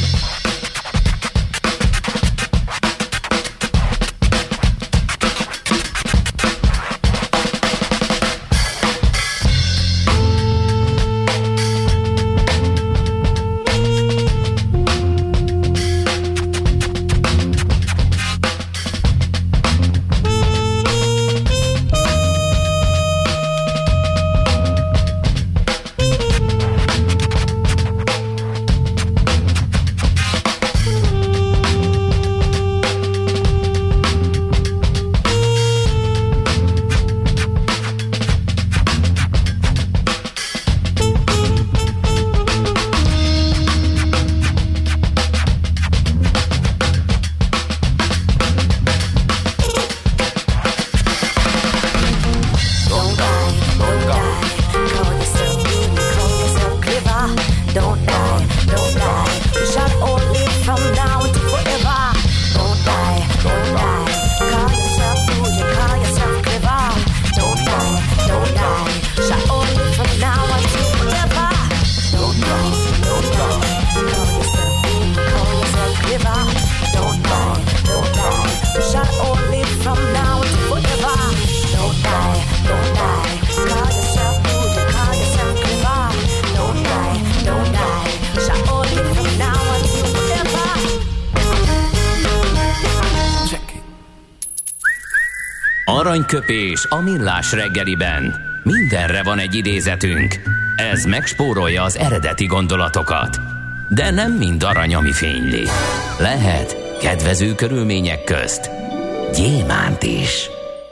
Aranyköpés a millás reggeliben. Mindenre van egy idézetünk. Ez megspórolja az eredeti gondolatokat. De nem mind arany, ami fényli. Lehet kedvező körülmények közt gyémánt is.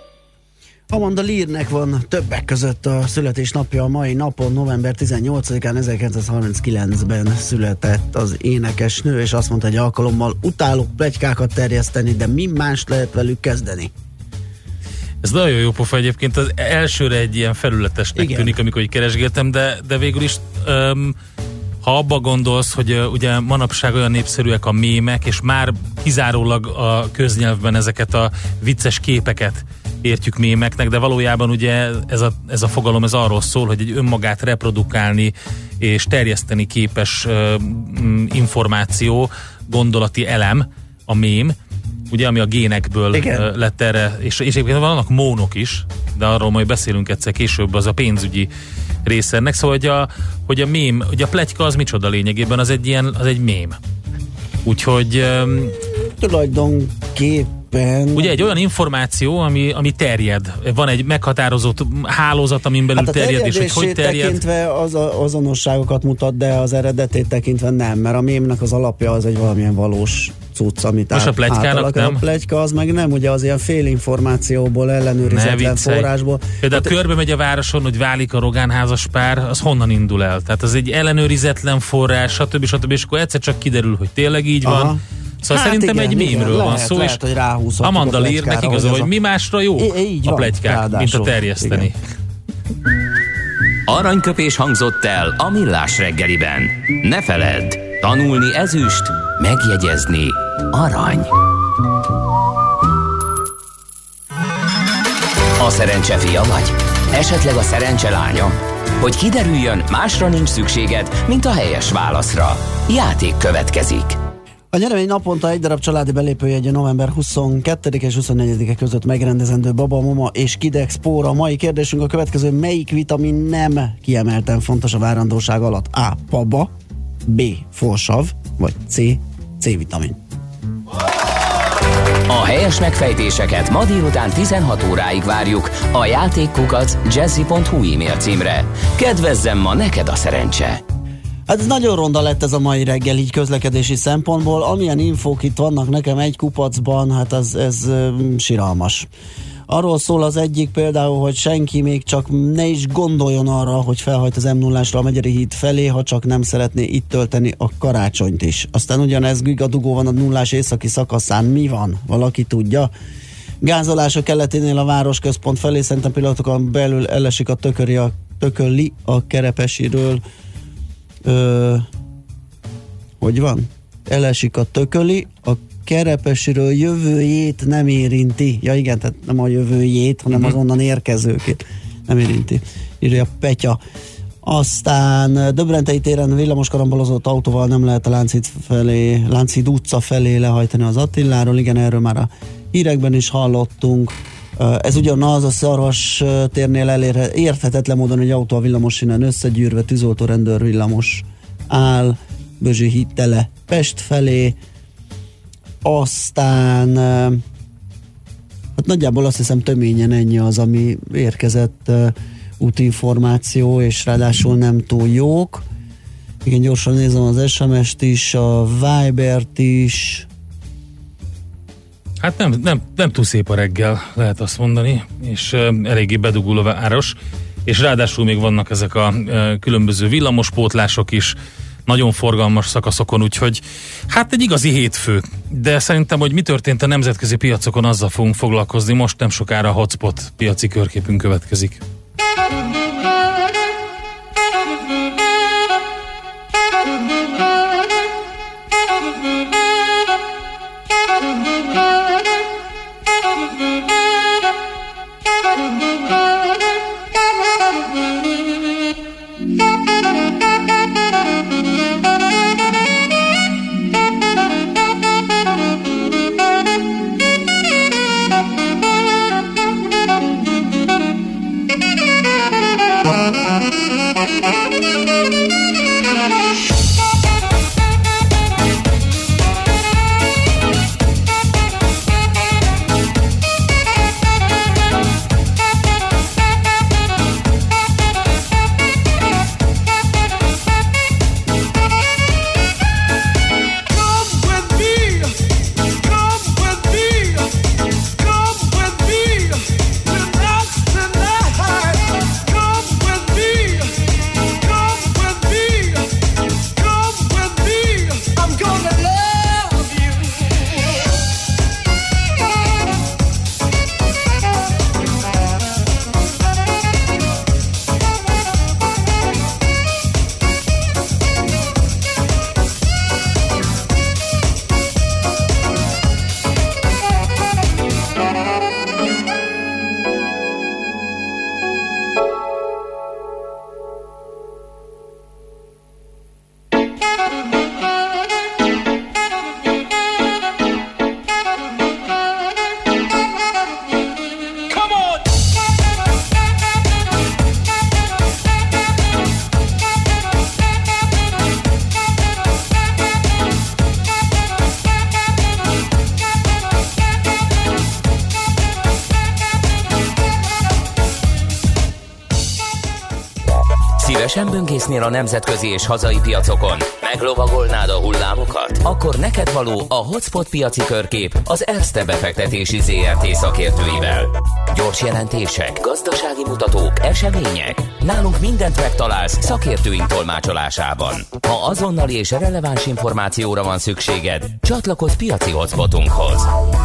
Amanda Learnek van többek között a születésnapja a mai napon, november tizennyolcadikán ezerkilencszázharminckilencben született az énekesnő, és azt mondta egy alkalommal, utálok pletykákat terjeszteni, de mi mást lehet velük kezdeni? Ez nagyon jó pofa egyébként, az elsőre egy ilyen felületesnek Igen. tűnik, amikor így keresgéltem, de, de végül is um, ha abba gondolsz, hogy uh, ugye manapság olyan népszerűek a mémek, és már kizárólag a köznyelvben ezeket a vicces képeket értjük mémeknek, de valójában ugye ez a, ez a fogalom ez arról szól, hogy egy önmagát reprodukálni és terjeszteni képes uh, információ, gondolati elem, a mém, ugye, ami a génekből Igen. lett erre, és, és egyébként vannak mónok is, de arról majd beszélünk egyszer később, az a pénzügyi része ennek, szóval, hogy a, hogy a mém, hogy a pletyka az micsoda lényegében, az egy ilyen, az egy mém. Úgyhogy um, tulajdonképpen ugye egy olyan információ, ami, ami terjed. Van egy meghatározott hálózat, amin belül hát terjed, és hogy hogy terjed. Tekintve az a, azonosságokat mutat, de az eredetét tekintve nem, mert a mémnek az alapja az egy valamilyen valós cucc, amit most át, a pletykának nem? A pletyka az meg nem, ugye az ilyen félinformációból, ellenőrizetlen forrásból. Például hát, körbe megy a városon, hogy válik a Rogán házas pár, az honnan indul el? Tehát az egy ellenőrizetlen forrás, stb. stb. És akkor egyszer csak kiderül, hogy tényleg így aha. van. Szóval hát szerintem igen, egy mémről van szó, lehet, és Amanda Learnek igazol, hogy, hogy mi másra jó I- a pletykák, mint a terjeszteni. Igen. Aranyköpés hangzott el a Millás reggeliben. Ne feledd, tanulni ezüst, megjegyezni arany. A szerencse fia vagy? Esetleg a szerencse lánya? Hogy kiderüljön, másra nincs szükséged, mint a helyes válaszra. Játék következik. A nyeremény naponta egy darab családi belépőjegy a november huszonkettedike és huszonnegyedike között megrendezendő Baba, Mama és Kidexpóra. A mai kérdésünk a következő: melyik vitamin nem kiemelten fontos a várandóság alatt? A. Paba, B. Folsav, vagy C. C-vitamin. A helyes megfejtéseket ma délután tizenhat óráig várjuk a játékkukac jazzy pont hu e-mail címre. Kedvezzem ma neked a szerencse! Hát ez nagyon ronda lett ez a mai reggel így közlekedési szempontból. Amilyen infók itt vannak nekem egy kupacban, hát ez, ez um, siralmas. Arról szól az egyik például, hogy senki még csak ne is gondoljon arra, hogy felhajt az em nullásra a Megyeri híd felé, ha csak nem szeretné itt tölteni a karácsonyt is. Aztán ugyanez gigadugó van a nullás északi szakaszán. Mi van? Valaki tudja? Gázolás a keleténél a városközpont felé, szerintem pillanatokon belül elesik a tököri a, tököli a Kerepesiről. Ö, hogy van? Elesik a tököli, a Kerepesiről jövőjét nem érinti. Ja igen, tehát nem a jövőjét, hanem uh-huh. az onnan érkezőkét nem érinti. Írja Petya. Aztán Döbrentei téren villamos karambolozott autóval nem lehet a Lánchíd felé, Lánchíd utca felé lehajtani az Attiláról. Igen, erről már a hírekben is hallottunk. Ez ugyanaz a Szarvas térnél elérhe, érthetetlen módon egy autó a villamosinen összegyűrve, tűzoltó rendőr villamos áll, Bözső híd tele Pest felé. Aztán hát nagyjából azt hiszem töményen ennyi az, ami érkezett uh, útinformáció, és ráadásul nem túl jók. Igen, gyorsan nézem az es em est is, a Vibert is. Hát nem, nem, nem túl szép a reggel, lehet azt mondani, és uh, eléggé bedugul a város, és ráadásul még vannak ezek a uh, különböző villamospótlások is, nagyon forgalmas szakaszokon, úgyhogy hát egy igazi hétfő. De szerintem, hogy mi történt a nemzetközi piacokon, azzal fogunk foglalkozni. Most nem sokára a Hotspot piaci körképünk következik. Szívesen böngésznél a nemzetközi és hazai piacokon? Meglovagolnád a hullámokat? Akkor neked való a Hotspot piaci körkép az Erste befektetési zé er té szakértőivel. Gyors jelentések, gazdasági mutatók, események. Nálunk mindent megtalálsz szakértőink tolmácsolásában. Ha azonnali és releváns információra van szükséged, csatlakozz piaci hotspotunkhoz.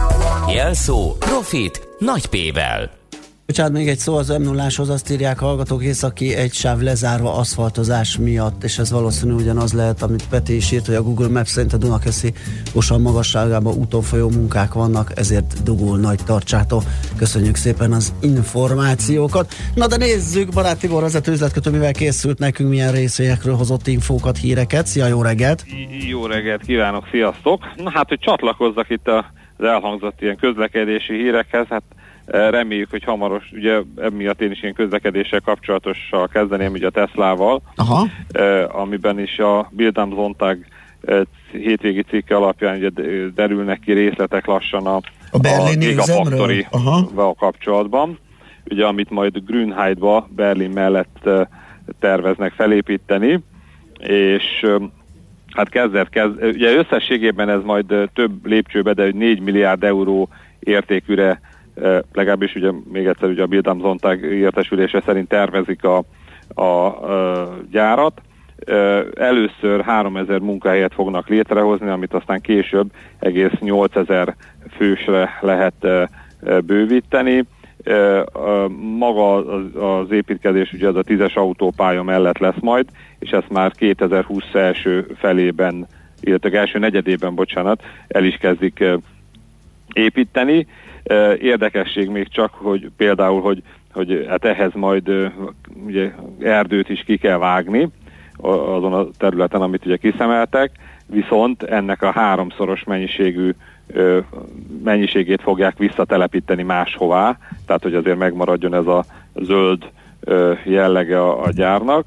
Jelszó Profit nagy P-vel. Bocsánat, még egy szó az em nulláshoz, azt írják hallgatók, északi egy sáv lezárva aszfaltozás miatt, és ez valószínű ugyanaz lehet, amit Peti is írt, hogy a Google Maps szerint a Dunakeszi Osan magasságában úton folyó munkák vannak, ezért dugul nagy tartsától. Köszönjük szépen az információkat. Na de nézzük, Barát Tibor vezető üzletkötő, mivel készült nekünk, milyen részvényekről hozott infókat, híreket. Szia, jó reggelt! Jó reggelt kívánok, sziasztok! Na hát, hogy csatlakozzak itt az elhangzott ilyen közlekedési hírekhez, hát reméljük, hogy hamaros, ugye emiatt én is ilyen közlekedéssel kapcsolatossal kezdeném, ugye a Teslával, Aha. Eh, amiben is a Bild am Sonntag eh, hétvégi cikke alapján ugye derülnek ki részletek lassan a, a, a Gigafactory-val kapcsolatban, ugye amit majd Grünheidba, Berlin mellett eh, terveznek felépíteni, és eh, hát kezdet, kezd, ugye összességében ez majd eh, több lépcsőbe, de négy milliárd euró értékűre, Uh, legalábbis ugye még egyszer ugye a Bild am Sonntag értesülése szerint tervezik a, a, a gyárat. Uh, először háromezer munkahelyet fognak létrehozni, amit aztán később egész nyolcezer fősre lehet uh, uh, bővíteni. Uh, uh, maga az, az építkezés ugye az a tízes autópálya mellett lesz majd, és ezt már kétezer-húsz első felében, illetve első negyedében, bocsánat, el is kezdik uh, építeni. Érdekesség még csak, hogy például, hogy, hogy hát ehhez majd ugye erdőt is ki kell vágni azon a területen, amit ugye kiszemeltek, viszont ennek a háromszoros mennyiségű mennyiségét fogják visszatelepíteni máshová, tehát hogy azért megmaradjon ez a zöld jellege a, a gyárnak.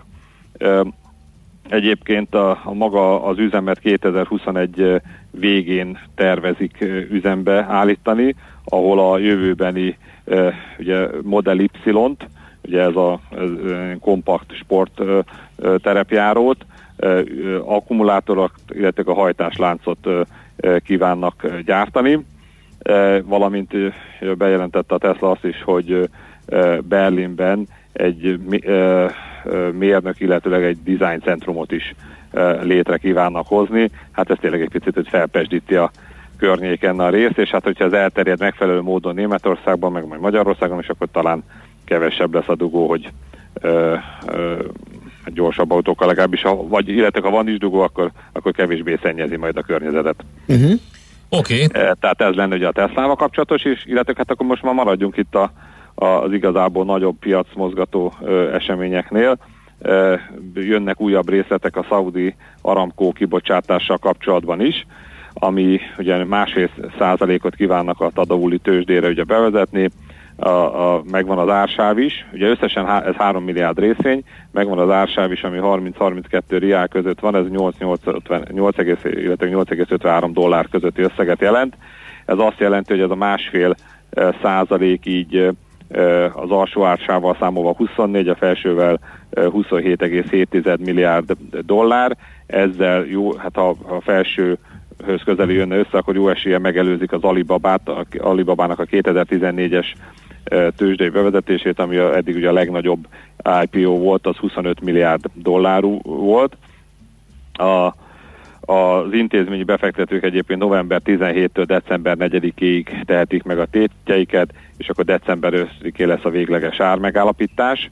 Egyébként a, a maga az üzemet kétezer-huszonegy végén tervezik üzembe állítani, ahol a jövőbeni uh, ugye Model Y-t, ugye ez a ez, kompakt sport uh, terepjárót, uh, akkumulátorok, illetve a hajtásláncot uh, kívánnak gyártani, uh, valamint uh, bejelentette a Tesla azt is, hogy uh, Berlinben egy uh, mérnök, illetőleg egy design centrumot is uh, létre kívánnak hozni. Hát ez tényleg egy picit, hogy felpesdíti a környéken a részt, és hát hogyha ez elterjed megfelelő módon Németországban, meg majd Magyarországon, és akkor talán kevesebb lesz a dugó, hogy ö, ö, gyorsabb autókkal legalábbis, ha, vagy illetve ha van is dugó, akkor, akkor kevésbé szennyezi majd a környezetet. Uh-huh. Oké. Okay. Tehát ez lenne ugye a Teslával kapcsolatos is, illetve hát akkor most már maradjunk itt a, a, az igazából nagyobb piacmozgató ö, eseményeknél. Ö, jönnek újabb részletek a Saudi Aramco kibocsátással kapcsolatban is, ami ugye másfél százalékot kívánnak a tadauli tőzsdére ugye bevezetni, a, a, megvan az ársáv is, ugye összesen há, ez három milliárd részvény, megvan az ársáv is, ami harminc-harminckettő riál között van, ez nyolc egész ötvenhárom dollár közötti összeget jelent. Ez azt jelenti, hogy ez a másfél százalék így az alsó ársával számolva huszonnégy, a felsővel huszonhét egész hét milliárd dollár, ezzel jó, hát ha a felső höz közeli jönne össze, akkor jó esélye megelőzik az Alibabát, a Alibabának a kétezer-tizennégyes tőzsdei bevezetését, ami a, eddig ugye a legnagyobb I P O volt, az huszonöt milliárd dollárú volt. A, az intézményi befektetők egyébként november tizenhétől december negyedikéig tehetik meg a tétjeiket, és akkor december ötödiké lesz a végleges ármegállapítás.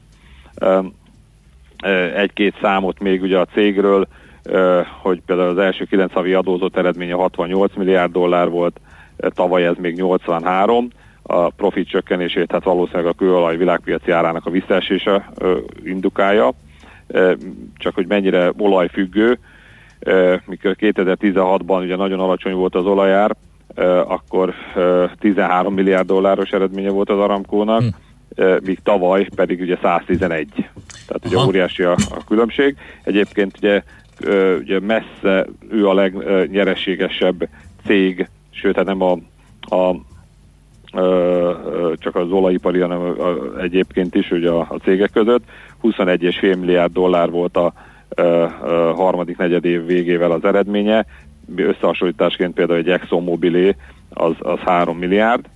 Egy-két számot még ugye a cégről, hogy például az első kilenc havi adózott eredménye hatvannyolc milliárd dollár volt, tavaly ez még nyolcvanhárom, a profit csökkenését hát valószínűleg a kőolaj világpiaci árának a visszaesése indukálja, csak hogy mennyire olajfüggő, mikor kétezer-tizenhatban ugye nagyon alacsony volt az olajár, akkor tizenhárom milliárd dolláros eredménye volt az Aramcónak, hm. míg tavaly pedig ugye száztizenegy. Tehát ugye Aha. óriási a, a különbség. Egyébként ugye ugye messze ő a legnyereségesebb cég, sőt, hát nem a, a csak az olajipari, hanem egyébként is ugye a, a cégek között. huszonegy egész öt milliárd dollár volt a, a, a harmadik negyedév végével az eredménye. Összehasonlításként például egy ExxonMobilé az, az három milliárd.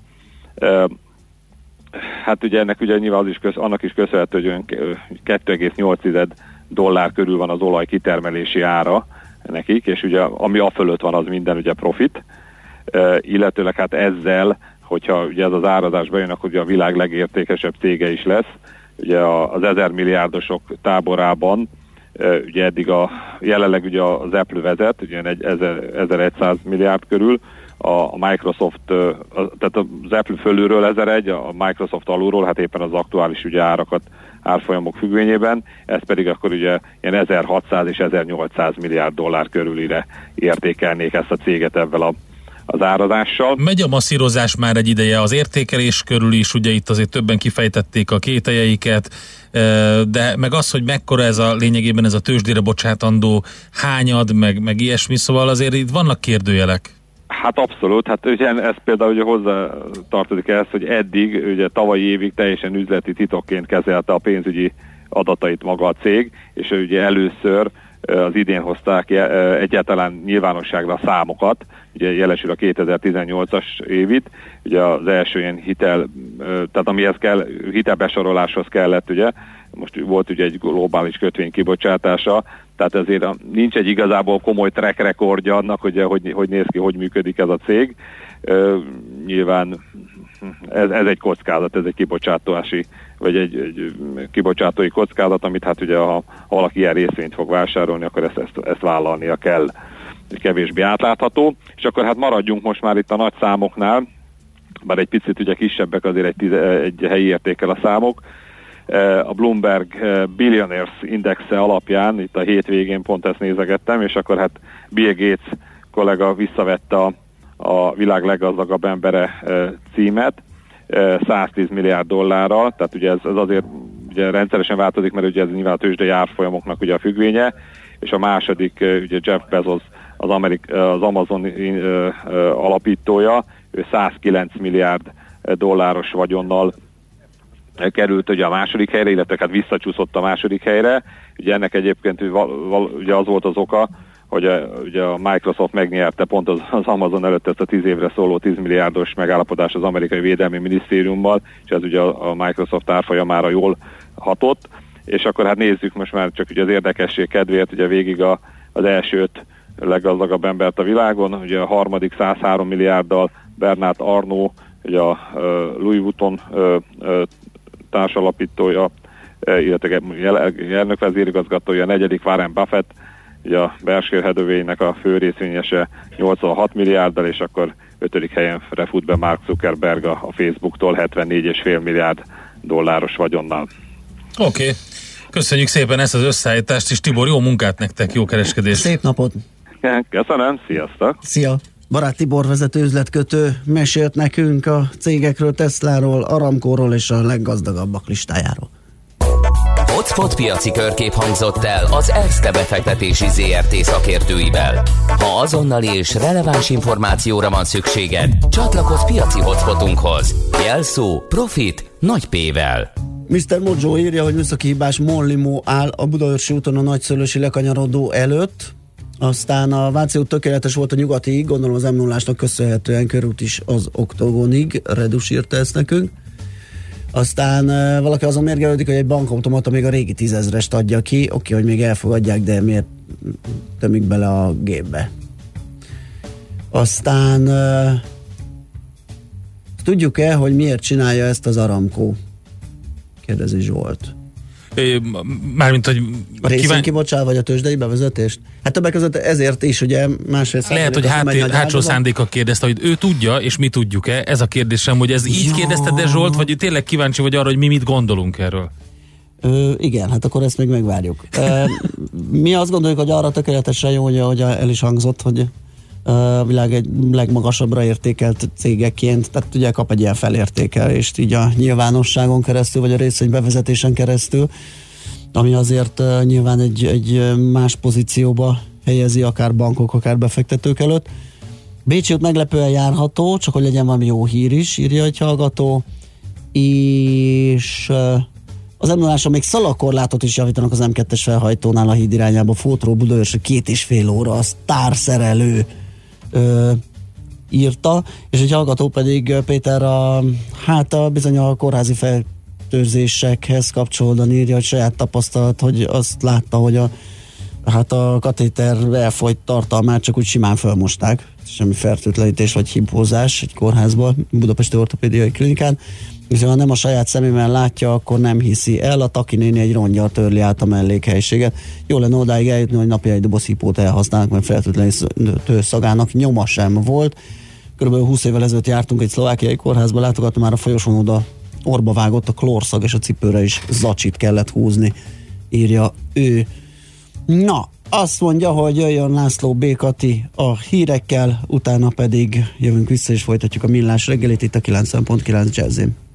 Hát ugye ennek ugye nyilván az is köz, annak is köszönhető, hogy kettő egész nyolc dollár körül van az olaj kitermelési ára nekik, és ugye ami a fölött van, az minden ugye profit, illetőleg hát ezzel, hogyha ugye ez az árazás bejön, akkor ugye a világ legértékesebb cége is lesz. Ugye az ezer milliárdosok táborában ugye eddig a, jelenleg ugye az Apple vezet, ugye egy ezerszáz milliárd körül, a Microsoft, tehát az Apple fölülről ezer-egy, a Microsoft alulról, hát éppen az aktuális ugye árakat, árfolyamok függvényében, ez pedig akkor ugye ilyen ezerhatszáz és ezernyolcszáz milliárd dollár körülire értékelnék ezt a céget ebben a az árazással. Megy a masszírozás már egy ideje az értékelés körül is, ugye itt azért többen kifejtették a kételjeiket, de meg az, hogy mekkora ez a lényegében ez a tőzsdére bocsátandó hányad, meg, meg ilyesmi, szóval azért itt vannak kérdőjelek. Hát abszolút, hát ugye ez például ugye hozzá tartozik ehhez, hogy eddig, ugye tavalyi évig teljesen üzleti titokként kezelte a pénzügyi adatait maga a cég, és ugye először az idén hozták egyáltalán nyilvánosságra a számokat, ugye jelesül a kétezer-tizennyolcas évit, ugye az első ilyen hitel, tehát amihez kell, hitelbesoroláshoz kellett, ugye, most volt ugye egy globális kötvény kibocsátása, tehát ezért nincs egy igazából komoly track rekordja annak, hogy, hogy hogy néz ki, hogy működik ez a cég. Nyilván ez, ez egy kockázat, ez egy kibocsátási, vagy egy, egy kibocsátói kockázat, amit hát ugye ha, ha valaki ilyen részvényt fog vásárolni, akkor ezt, ezt, ezt vállalnia kell, kevésbé átlátható. És akkor hát maradjunk most már itt a nagy számoknál, bár egy picit ugye kisebbek azért egy, tize, egy helyi értékkel a számok. A Bloomberg Billionaires Indexe alapján, itt a hétvégén pont ezt nézegettem, és akkor hát Bill Gates kollega visszavette a, a világ leggazdagabb embere címet száztíz milliárd dollárral, tehát ugye ez, ez azért ugye rendszeresen változik, mert ugye ez nyilván a tőzsdei árfolyamoknak ugye a függvénye, és a második ugye Jeff Bezos, az, Amerik, az Amazon alapítója, ő százkilenc milliárd dolláros vagyonnal került ugye a második helyre, illetve hát visszacsúszott a második helyre. Ugye ennek egyébként ugye az volt az oka, hogy a, ugye a Microsoft megnyerte pont az, az Amazon előtt ezt a tíz évre szóló tíz milliárdos megállapodás az amerikai védelmi minisztériummal, és ez ugye a, a Microsoft árfolyamára jól hatott. És akkor hát nézzük most már csak ugye az érdekesség kedvéért, ugye végig a, az első öt leggazdagabb embert a világon, ugye a harmadik százhárom milliárddal Bernard Arnault, ugye a uh, Louis Vuitton uh, uh, társalapítója, illetve elnök vezérigazgatója, a negyedik Warren Buffett, ugye a Berkshire Hathaway-nek a fő részvényese nyolcvanhat milliárddal, és akkor ötödik helyen fut be Mark Zuckerberg a Facebooktól hetvennégy egész öt milliárd dolláros vagyonnal. Oké, okay. Köszönjük szépen ezt az összeállítást, és Tibor, jó munkát nektek, jó kereskedést! Szép napot! Köszönöm, sziasztok! Szia! Barát Tibor vezető üzletkötő mesélt nekünk a cégekről, Tesláról, Aramcóról és a leggazdagabbak listájáról. Hotspot piaci körkép hangzott el az Erste befektetési zé er té szakértőivel. Ha azonnali és releváns információra van szükséged, csatlakozz piaci hotspotunkhoz. Jelszó Profit nagy P-vel. miszter Mojo írja, hogy műszaki hibás Mollimó áll a Budaörsi úton a Nagyszőlősi lekanyarodó előtt. Aztán a Váci út tökéletes volt a nyugatiig, gondolom az em nullásnak köszönhetően körút is az Oktogonig, Redus írta ezt nekünk. Aztán uh, valaki azon mérgelődik, hogy egy bankautomata még a régi tízezrest adja ki, oké, okay, hogy még elfogadják, de miért tömik bele a gépbe. Aztán uh, tudjuk-e, hogy miért csinálja ezt az Aramco? Kérdezi Zsolt. Mármint, hogy a részén kibocsál, vagy a tőzsdei bevezetést? Hát többek között ezért is, ugye másrészt... Lehet, hogy hát, hátsó szándéka kérdezte, hogy ő tudja, és mi tudjuk-e? Ez a kérdésem, hogy ez így ja. kérdezte de Zsolt, vagy tényleg kíváncsi vagy arra, hogy mi mit gondolunk erről? Ö, igen, hát akkor ezt még megvárjuk. Ö, mi azt gondoljuk, hogy arra tökéletesen jó, hogy ahogy el is hangzott, hogy a világ egy legmagasabbra értékelt cégeként, tehát ugye kap egy ilyen felértékelést így a nyilvánosságon keresztül, vagy a részvény bevezetésen keresztül, ami azért uh, nyilván egy, egy más pozícióba helyezi akár bankok, akár befektetők előtt. Bécsi út meglepően járható, csak hogy legyen valami jó hír is, írja egy hallgató, és az em nulla még szalagkorlátot is javítanak az em kettes felhajtónál a híd irányába, Fótról Budaörsre két és fél óra, a sztárszerelő ö, írta, és egy hallgató pedig Péter a, hát a bizony a kórházi fertőzésekhez kapcsolódóan írja, hogy saját tapasztalat, hogy azt látta, hogy a hát a katéter elfolyt tartalmát csak úgy simán felmosták, semmi fertőtlenítés vagy hibózás egy kórházban, Budapesti Ortopédiai Klinikán, és ha nem a saját szemével látja, akkor nem hiszi el, a Taki néni egy rongyal törli át a mellékhelyiséget. Jó lenne odáig eljutni, hogy napi egy doboz hipót elhasználnak, mert fertőtlenítő szagának nyoma sem volt. Körülbelül húsz évvel ezelőtt jártunk egy szlovákiai kórházba, látogatni már a folyosón oda orba vágott a klórszag, és a cipőre is zacsit kellett húzni, írja ő. Na, azt mondja, hogy jöjjön László B. Kati a hírekkel, utána pedig jövünk vissza és folytatjuk a millás reggelit itt a kilencven pont kilenc Jazzin.